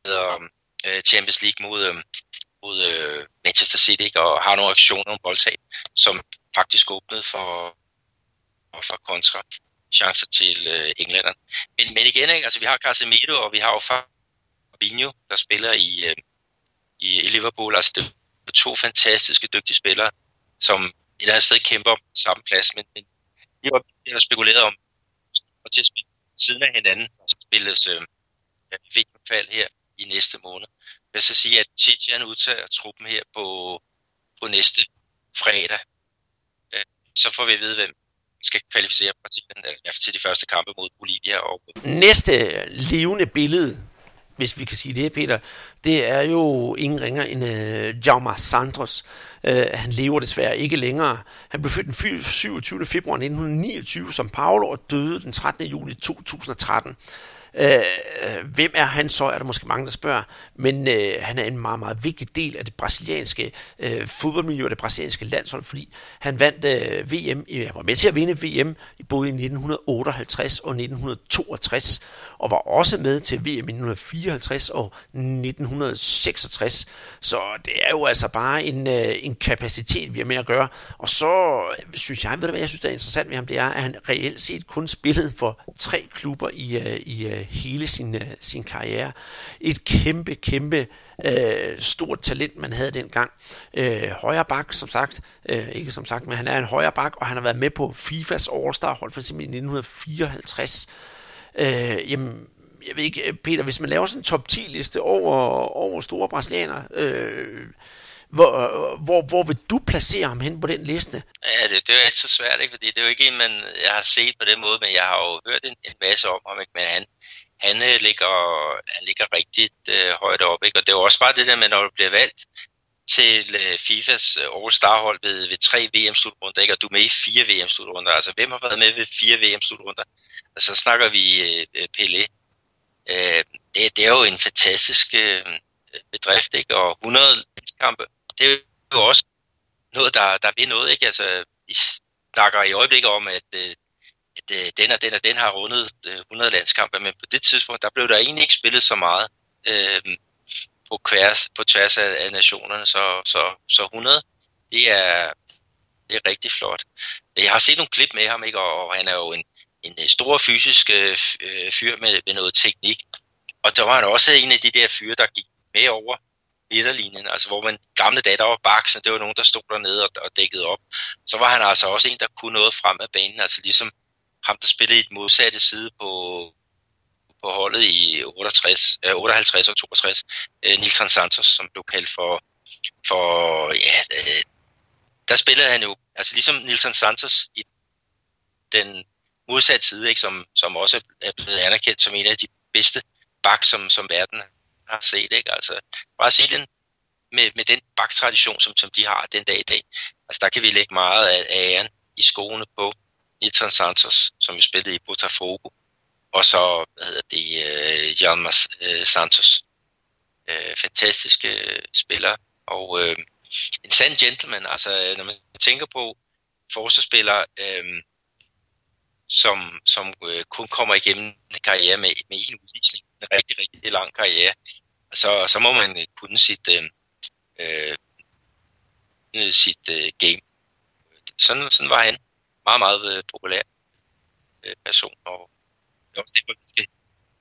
øh, Champions League mod, øh, mod øh, Manchester City, ikke? Og har nogle aktioner, nogle boldtab, som faktisk åbnede for, for kontra chancer til øh, englænderne. Men, men igen, ikke? Altså, vi har Casemiro, og vi har jo Fabinho, der spiller i, øh, i, i Liverpool. Altså, det er to fantastiske, dygtige spillere, som et eller andet sted kæmper om samme plads, men, men de var der spekuleret om at til at spille siden af hinanden, og spilles øh, V M-kval her i næste måned. Jeg skal sige, at Tite han udtager truppen her på, på næste fredag. Øh, så får vi at vide, hvem skal kvalificere partierne øh, til de første kampe mod Bolivia. Og næste levende billede, hvis vi kan sige det, Peter, det er jo ingen ringer end uh, Jaume Santos. Uh, han lever desværre ikke længere. Han blev født den syvogtyvende februar nitten niogtyve som Paulo og døde den trettende juli to tusind og tretten. Uh, hvem er han så, er der måske mange, der spørger. Men uh, han er en meget, meget vigtig del af det brasilianske uh, fodboldmiljø og det brasilianske landshold, fordi han vandt uh, V M, han var med til at vinde V M både i nitten otteoghalvtreds og nitten toogtres, og var også med til V M i nitten fireoghalvtreds og nitten seksogtres. Så det er jo altså bare en, uh, en kapacitet, vi har med at gøre. Og så synes jeg, ved du hvad jeg synes, der er interessant ved ham, det er, at han reelt set kun spillede for tre klubber i, uh, i uh, hele sin, uh, sin karriere. Et kæmpe, kæmpe uh, stort talent, man havde dengang. Uh, højre bak, som sagt, uh, ikke som sagt, men han er en højre bak, og han har været med på FIFAs All-Star hold for eksempel i nitten fireoghalvtreds. Uh, jamen, jeg ved ikke, Peter, hvis man laver sådan en top ti liste over, over store brasilianere, uh, Hvor, hvor, hvor vil du placere ham hen på den liste? Ja, det, det er jo altid svært, ikke? Fordi det er jo ikke en, man, jeg har set på den måde, men jeg har jo hørt en, en masse om ham, ikke? Men han, han, ligger, han ligger rigtig øh, højt op, ikke? Og det er jo også bare det der med, når du bliver valgt til øh, FIFAs All-Star-hold ved, ved tre V M-slutrunder, ikke? Og du er med i fire V M-slutrunder. Altså, hvem har været med ved fire V M-slutrunder? Altså, så snakker vi øh, Pelé. Øh, det, det er jo en fantastisk øh, bedrift, ikke? Og hundrede landskampe. Det er jo også noget, der, der vil noget, ikke? Altså, vi snakker i øjeblikket om, at, at den og den og den har rundet hundrede landskampe, men på det tidspunkt, der blev der egentlig ikke spillet så meget øh, på, kværs, på tværs af, af nationerne, så, så, så hundrede, det er, det er rigtig flot. Jeg har set nogle klip med ham, ikke? Og, og han er jo en, en stor fysisk øh, fyr med, med noget teknik, og der var han også en af de der fyre, der gik med over midterlinjen, altså hvor man gamle dage, der var baksen, det var nogen, der stod dernede og, og dækkede op. Så var han altså også en, der kunne noget frem af banen, altså ligesom ham, der spillede i et modsatte side på, på holdet i otteogtres, øh, otteoghalvtreds og toogtres, øh, Nilton Santos, som blev kaldt for, for ja, øh, der spillede han jo, altså ligesom Nilton Santos i den modsatte side, ikke, som, som også er blevet anerkendt som en af de bedste bak, som, som verden har set, ikke? Altså Brasilien med, med den baktradition, som, som de har den dag i dag, altså der kan vi lægge meget af, af æren i skoene på Nilton Santos, som vi spillede i Botafogo, og så, hvad hedder det, uh, Jaume uh, Santos. Uh, fantastiske uh, spillere, og uh, en sand gentleman, altså når man tænker på forsvarsspillere, uh, som, som uh, kun kommer igennem en karriere med, med en udvisning, en rigtig, rigtig lang karriere, så, så må man kunne sit, øh, øh, sit øh, game. Sådan, sådan var han. Meget, meget øh, populær øh, person. Og det er også det, vi skal.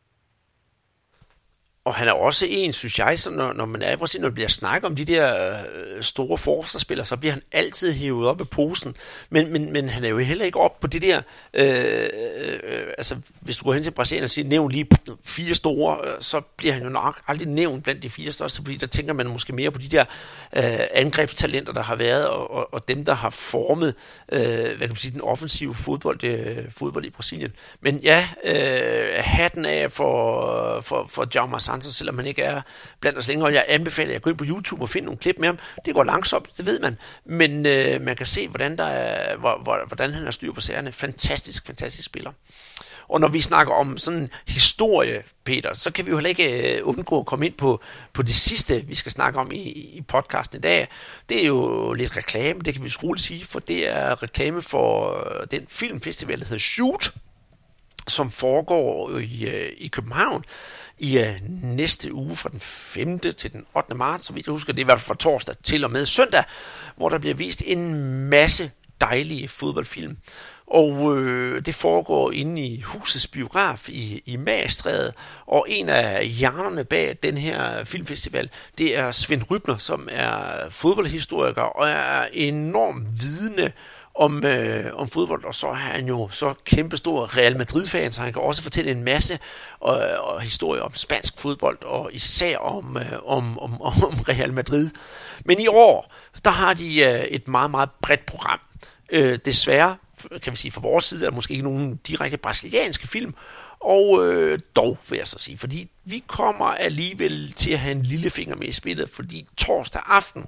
Og han er også en, synes jeg, så når, når man er præcis, når det bliver snakket om de der øh, store forsvarsspillere, så bliver han altid hævet op af posen. Men, men, men han er jo heller ikke op på det der, øh, øh, altså hvis du går hen til Brasilien og siger, nævn lige fire store, øh, så bliver han jo nok aldrig nævnt blandt de fire største, fordi der tænker man måske mere på de der øh, angrebstalenter, der har været, og, og, og dem, der har formet, øh, hvad kan man sige, den offensive fodbold, øh, fodbold i Brasilien. Men ja, øh, hatten af for, for, for Jaume Santos, selvom man ikke er blandt os længere. Jeg anbefaler jer at gå ind på YouTube og finde nogle klip med ham. Det går langsomt, det ved man. Men øh, man kan se, hvordan, der er, hvor, hvor, hvordan han har styr på sagerne. Fantastisk, fantastisk spiller. Og når vi snakker om sådan en historie, Peter, så kan vi jo heller ikke undgå at komme ind på, på det sidste, vi skal snakke om i, i podcasten i dag. Det er jo lidt reklame, det kan vi roligt sige, for det er reklame for den filmfestival, der hedder Shoot, som foregår i, i København i uh, næste uge fra den femte til den ottende marts, så vidt jeg husker, det er i hvert fald fra torsdag til og med søndag, hvor der bliver vist en masse dejlige fodboldfilm. Og øh, det foregår inde i Husets Biograf i, i Magstræde, og en af hjernerne bag den her filmfestival, det er Svend Rybner, som er fodboldhistoriker og er enormt vidende om, øh, om fodbold, og så er han jo så kæmpestor Real Madrid-fan, så han kan også fortælle en masse øh, og historier om spansk fodbold, og især om, øh, om, om, om Real Madrid. Men i år, der har de øh, et meget, meget bredt program. Øh, desværre, kan vi sige, fra vores side er der måske ikke nogen direkte brasilianske film, og øh, dog vil jeg så sige, fordi vi kommer alligevel til at have en lille finger med i spillet, fordi torsdag aften,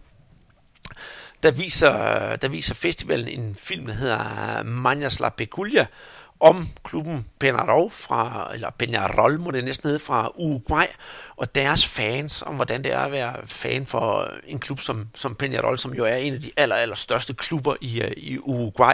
der viser, der viser festivalen en film, der hedder Mañas la Peculia, om klubben Peñarol fra, eller Peñarol må det næsten hedde, fra Uruguay, og deres fans, om hvordan det er at være fan for en klub som, som Peñarol, som jo er en af de aller, aller største klubber i, i Uruguay.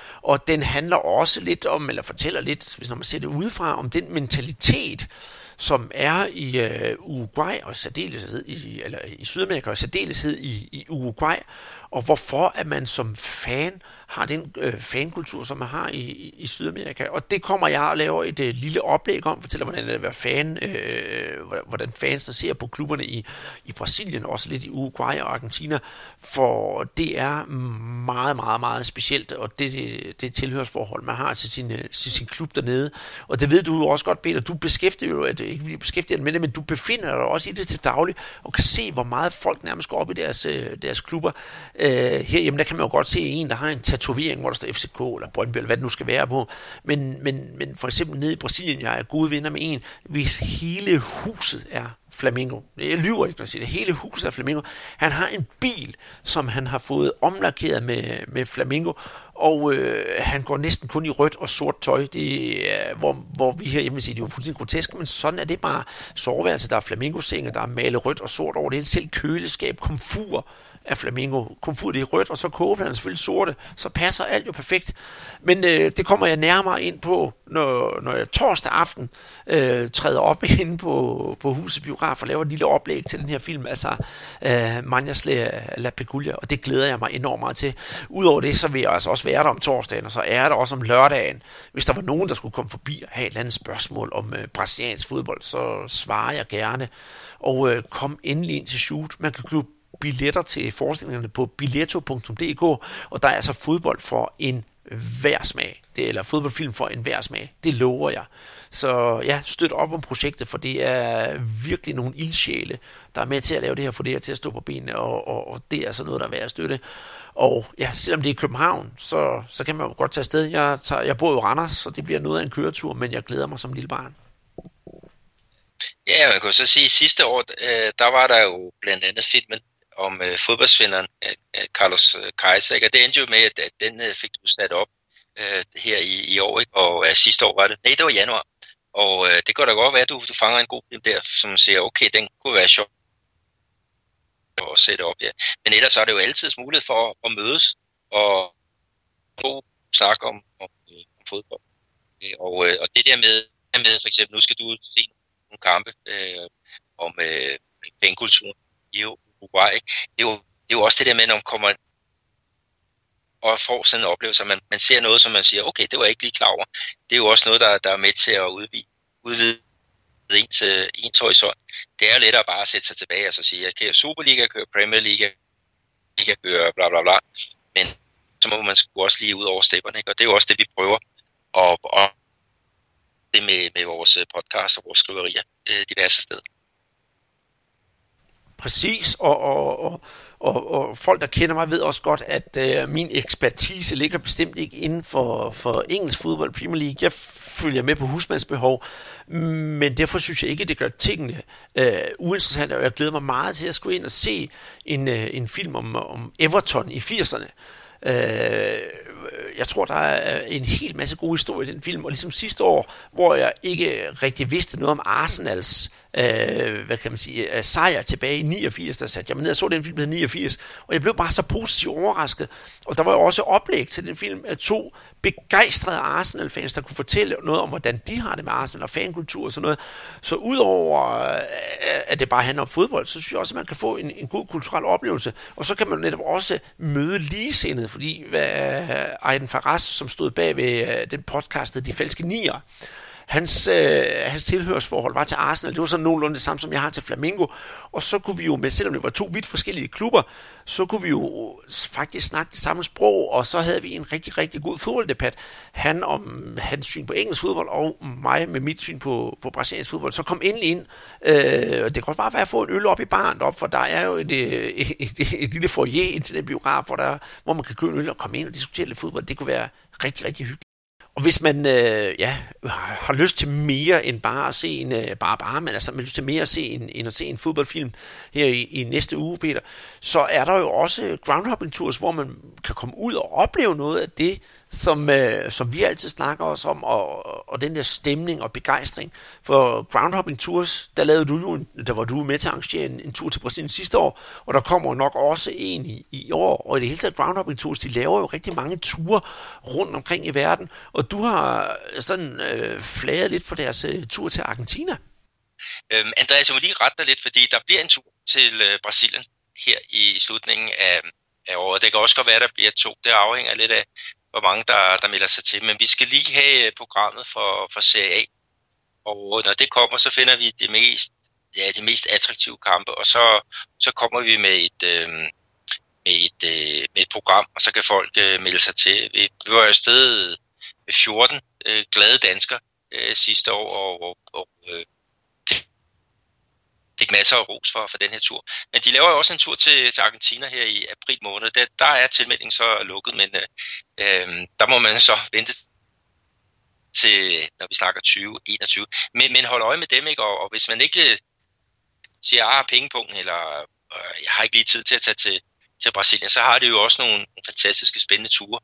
Og den handler også lidt om, eller fortæller lidt, hvis når man ser det udefra, om den mentalitet, som er i øh, Uruguay og særdeleshed i, eller i Sydamerika og særdeleshed i, i Uruguay, og hvorfor at man som fan har den øh, fankultur, som man har i, i, i Sydamerika. Og det kommer jeg at lave et øh, lille oplæg om, fortæller, hvordan det er at være fan, øh, hvordan fansene ser på klubberne i, i Brasilien, også lidt i Uruguay og Argentina, for det er meget, meget, meget specielt, og det, det, det tilhørsforhold, man har til sin, til sin klub dernede. Og det ved du jo også godt, Peter, du beskæftiger jo, at ikke vi beskæftiger med det, men du befinder dig også i det til daglig, og kan se, hvor meget folk nærmest går op i deres, deres klubber. Øh, herhjemme, der kan man jo godt se en, der har en tatovering, hvor der står F C K eller Brøndby, eller hvad det nu skal være på. Men, men, men for eksempel nede i Brasilien, jeg er gode venner med en, hvis hele huset er Flamengo. Jeg lyver ikke, når jeg siger det. Hele huset er Flamengo. Han har en bil, som han har fået omlakeret med, med Flamengo, og øh, han går næsten kun i rødt og sort tøj. Det er, hvor, hvor vi herhjemme vil sige, det er jo fuldstændig grotesk, men sådan er det bare. Soveværelse, der er Flamengo-senge, der er malet rødt og sort over det hele. Selv køleskab, komfur af Flamengo. Komfur, det er rødt, og så kogepladen er selvfølgelig sorte. Så passer alt jo perfekt. Men øh, det kommer jeg nærmere ind på, når, når jeg torsdag aften øh, træder op inde på, på Huset Biograf og laver et lille oplæg til den her film, altså øh, Mañas la Peculia, og det glæder jeg mig enormt meget til. Udover det, så vil jeg altså også være der om torsdagen, og så er der også om lørdagen. Hvis der var nogen, der skulle komme forbi og have et eller andet spørgsmål om øh, brasiliansk fodbold, så svarer jeg gerne. Og øh, kom endelig ind til Shoot. Man kan købe billetter til forestillingerne på billetto punktum d k, og der er altså fodbold for en hver smag. Det, eller fodboldfilm for en hver smag. Det lover jeg. Så ja, støt op om projektet, for det er virkelig nogle ildsjæle, der er med til at lave det her, for det her til at stå på benene, og, og, og det er altså noget, der er værd at støtte. Og ja, selvom det er i København, så, så kan man jo godt tage afsted. Jeg, tager, jeg bor jo i Randers, så det bliver noget af en køretur, men jeg glæder mig som lille barn. Ja, jeg kan så sige, at sidste år, øh, der var der jo blandt andet filmen om øh, fodboldsvinderen øh, Carlos Kaiser, ikke? Og det endte jo med, at, at den øh, fik du sat op øh, her i, i år, ikke? Og øh, sidste år var det, nej, det var januar, og øh, det kan da godt være, at du, du fanger en god film der, som siger, okay, den kunne være sjov at sætte op, ja. Men ellers så er det jo altid mulighed for at, at mødes og god snak om, om, om fodbold. Og, øh, og det der med, med, for eksempel, nu skal du se nogle kampe øh, om øh, fankulturen i Uruguay, ikke? Det, er jo, det er jo også det der med, når man kommer og får sådan en oplevelse, at man, man ser noget, som man siger, okay, det var jeg ikke lige klar over. Det er jo også noget, der, der er med til at udvide, udvide ens, ens horisont. Det er jo lettere bare at sætte sig tilbage og så sige, jeg kører Superliga, jeg kører Premier League, jeg kører bla bla bla. Men så må man sgu også lige ud over stepperne, ikke? Og det er jo også det, vi prøver. Og, og det med, med vores podcast og vores skriverier øh, diverse steder. Præcis, og, og, og, og, og folk, der kender mig, ved også godt, at øh, min ekspertise ligger bestemt ikke inden for, for engelsk fodbold, Premier League. Jeg følger med på husmandsbehov, men derfor synes jeg ikke, det gør tingene øh, uinteressant, og jeg glæder mig meget til at skulle ind og se en, øh, en film om, om Everton i firserne. Øh, jeg tror, der er en hel masse gode historier i den film, og ligesom sidste år, hvor jeg ikke rigtig vidste noget om Arsenals øh, hvad kan man sige, sejr tilbage i niogfirs, der satte jeg mig ned og så den film, der hed niogfirs, og jeg blev bare så positivt overrasket, og der var jo også oplæg til den film af to begejstrede Arsenal-fans, der kunne fortælle noget om, hvordan de har det med Arsenal og fankultur og sådan noget. Så udover at det bare handler om fodbold, så synes jeg også, at man kan få en, en god kulturel oplevelse, og så kan man netop også møde ligesindede, fordi Aiden Faraz, som stod bag ved den podcast, De Falske Nier, Hans, øh, hans tilhørsforhold var til Arsenal. Det var sådan nogenlunde det samme, som jeg har til Flamengo. Og så kunne vi jo, med, selvom det var to vidt forskellige klubber, så kunne vi jo faktisk snakke det samme sprog, og så havde vi en rigtig, rigtig god fodbolddebat. Han om hans syn på engelsk fodbold, og mig med mit syn på, på brasiliansk fodbold. Så kom endelig ind. Øh, det kan godt bare være at få en øl op i baren op, for der er jo et, et, et, et, et lille foyer ind til den biograf, hvor, der, hvor man kan købe en øl og komme ind og diskutere lidt fodbold. Det kunne være rigtig, rigtig hyggeligt. Og hvis man øh, ja, har lyst til mere end bare at se en, øh, bare bare, men altså man har lyst til mere at se en, end at se en fodboldfilm her i, i næste uge, Peter, så er der jo også groundhopping tours, hvor man kan komme ud og opleve noget af det, som, øh, som vi altid snakker os om, og, og den der stemning og begejstring. For groundhopping tours, der lavede du jo, en, der var du med til at arrangere en, en tur til Brasilien sidste år, og der kommer nok også en i, i år, og i det hele taget groundhopping tours, de laver jo rigtig mange ture rundt omkring i verden, og du har sådan øh, flaget lidt for deres øh, tur til Argentina. Øhm, Andreas, jeg må lige rette dig lidt, fordi der bliver en tur til øh, Brasilien her i slutningen af, af året. Det kan også godt være, der bliver to. Det afhænger lidt af, hvor mange der, der melder sig til. Men vi skal lige have programmet for, for Serie A. Og når det kommer, så finder vi det mest, ja, de mest attraktive kampe. Og så, så kommer vi med et, øh, med, et, øh, med et program, og så kan folk øh, melde sig til. Vi, vi var jo afsted med fjorten øh, glade danskere øh, sidste år, og, og, og øh, fik masser af ros for, for den her tur. Men de laver jo også en tur til, til Argentina her i april måned. Der, der er tilmeldingen så lukket, men øh, der må man så vente til, når vi snakker tyve enogtyve. Men, men hold øje med dem, ikke? Og, og hvis man ikke siger, at jeg har pengepunkten, eller øh, jeg har ikke lige tid til at tage til, til Brasilien, så har det jo også nogle fantastiske, spændende ture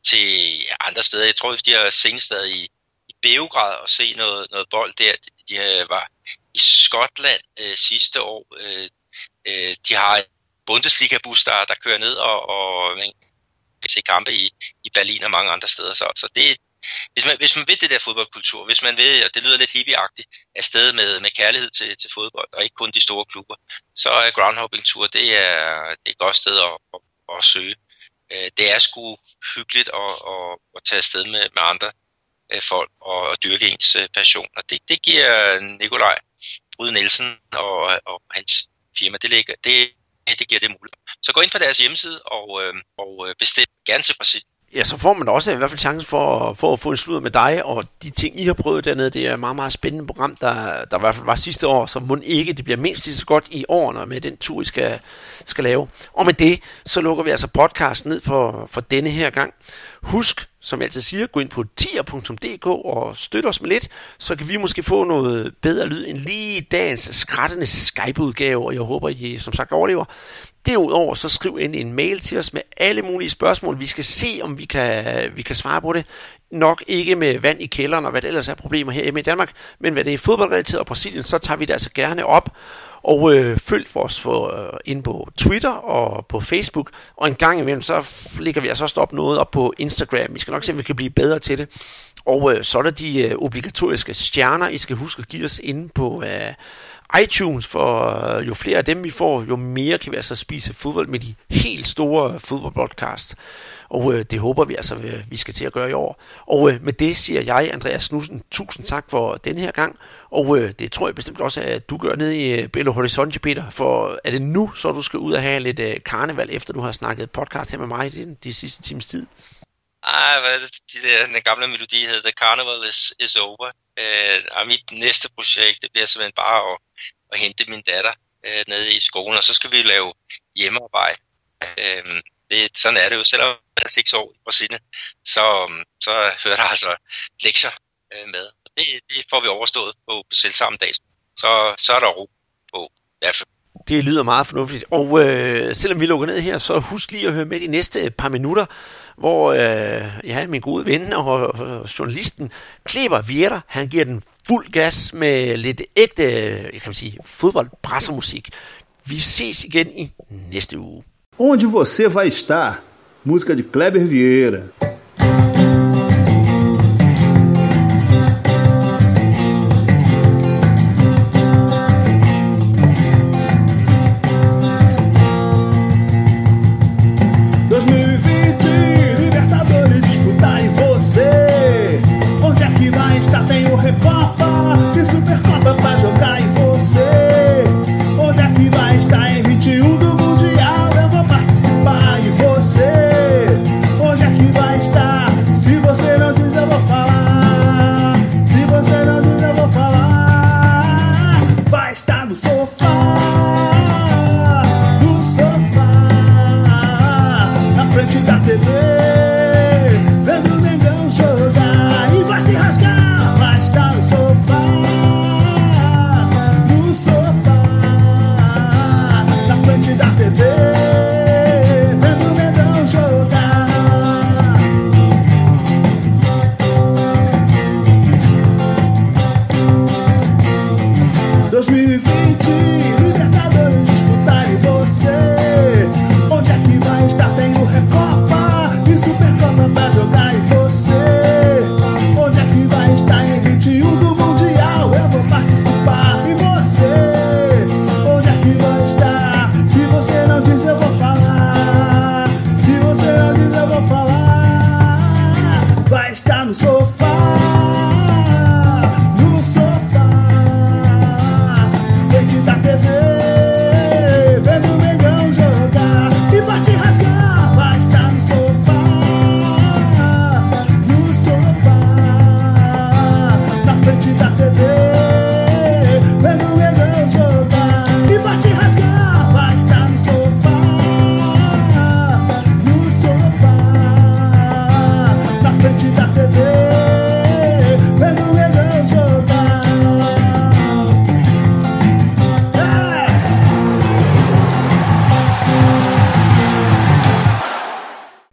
til andre steder. Jeg tror, at de har senest været i, i Beograd og se noget, noget bold der. De, de var i Skotland øh, sidste år. Øh, øh, de har en Bundesliga-bus, der, der kører ned, og, og man kan se kampe i, i Berlin og mange andre steder. Så, så det, hvis, man, hvis man vil det der fodboldkultur, hvis man vil, og det lyder lidt hippieagtigt, afsted med, med kærlighed til, til fodbold, og ikke kun de store klubber, så er groundhopping-tur, det er, det er et godt sted at, at, at søge. Øh, det er sgu hyggeligt at, at, at tage afsted med, med andre øh, folk og, og dyrke ens øh, passion. Og det, det giver Nikolaj Bryde Nielsen og, og hans firma, det, ligger, det, det giver det muligt. Så gå ind på deres hjemmeside og, øh, og bestil gerne til Brasilien. Ja, så får man også i hvert fald chancen for, for at få en sludder med dig, og de ting, I har prøvet dernede, det er et meget, meget spændende program, der, der i hvert fald var sidste år, så må ikke, det bliver mindst lige så godt i år, med den tur, I skal, skal lave. Og med det, så lukker vi altså podcasten ned for, for denne her gang. Husk, som jeg altid siger, gå ind på tier punktum d k og støt os med lidt, så kan vi måske få noget bedre lyd end lige dagens skrættende Skype-udgave, og jeg håber, I som sagt overlever. Derudover så skriv ind en mail til os med alle mulige spørgsmål. Vi skal se, om vi kan, vi kan svare på det. Nok ikke med vand i kælderen og hvad det ellers er problemer her hjemme i Danmark, men hvad det er fodboldrelateret og Brasilien, så tager vi det altså gerne op. Og øh, følg os for, øh, ind på Twitter og på Facebook, og en gang imellem så lægger vi altså også op noget op på Instagram. Vi skal nok se, om vi kan blive bedre til det. Og øh, så er der de øh, obligatoriske stjerner, I skal huske at give os inde på øh, iTunes, for øh, jo flere af dem vi får, jo mere kan vi altså spise fodbold med de helt store fodboldpodcast. Og øh, det håber vi altså, vi skal til at gøre i år. Og øh, med det siger jeg, Andreas Knudsen, tusind tak for denne her gang. Og øh, det tror jeg bestemt også, at du gør ned i Belo Horizonte, Peter. For er det nu, så du skal ud og have lidt øh, karneval, efter du har snakket podcast her med mig de, de sidste times tid? Ej, hvad er det? De der, den gamle melodi hedder The Carnival is, is over. Øh, og mit næste projekt, det bliver simpelthen bare at, at hente min datter øh, nede i skolen, og så skal vi lave hjemmearbejde. Øh, det, sådan er det jo, selvom jeg er seks år i Brasilien, så, så hører der altså lektier øh, med. Det, det får vi overstået på, på selvsamme dag. Så, så er der ro på i hvert fald. Det lyder meget fornuftigt. Og øh, selvom vi lukker ned her, så husk lige at høre med de næste par minutter, hvor øh, ja, min gode ven og, og journalisten Kleber Vieira, han giver den fuld gas med lidt ægte, jeg kan sige, fodboldbrassermusik. Vi ses igen i næste uge. Onde você vai estar? Música de Kleber Vieira. Vai estar no sofá.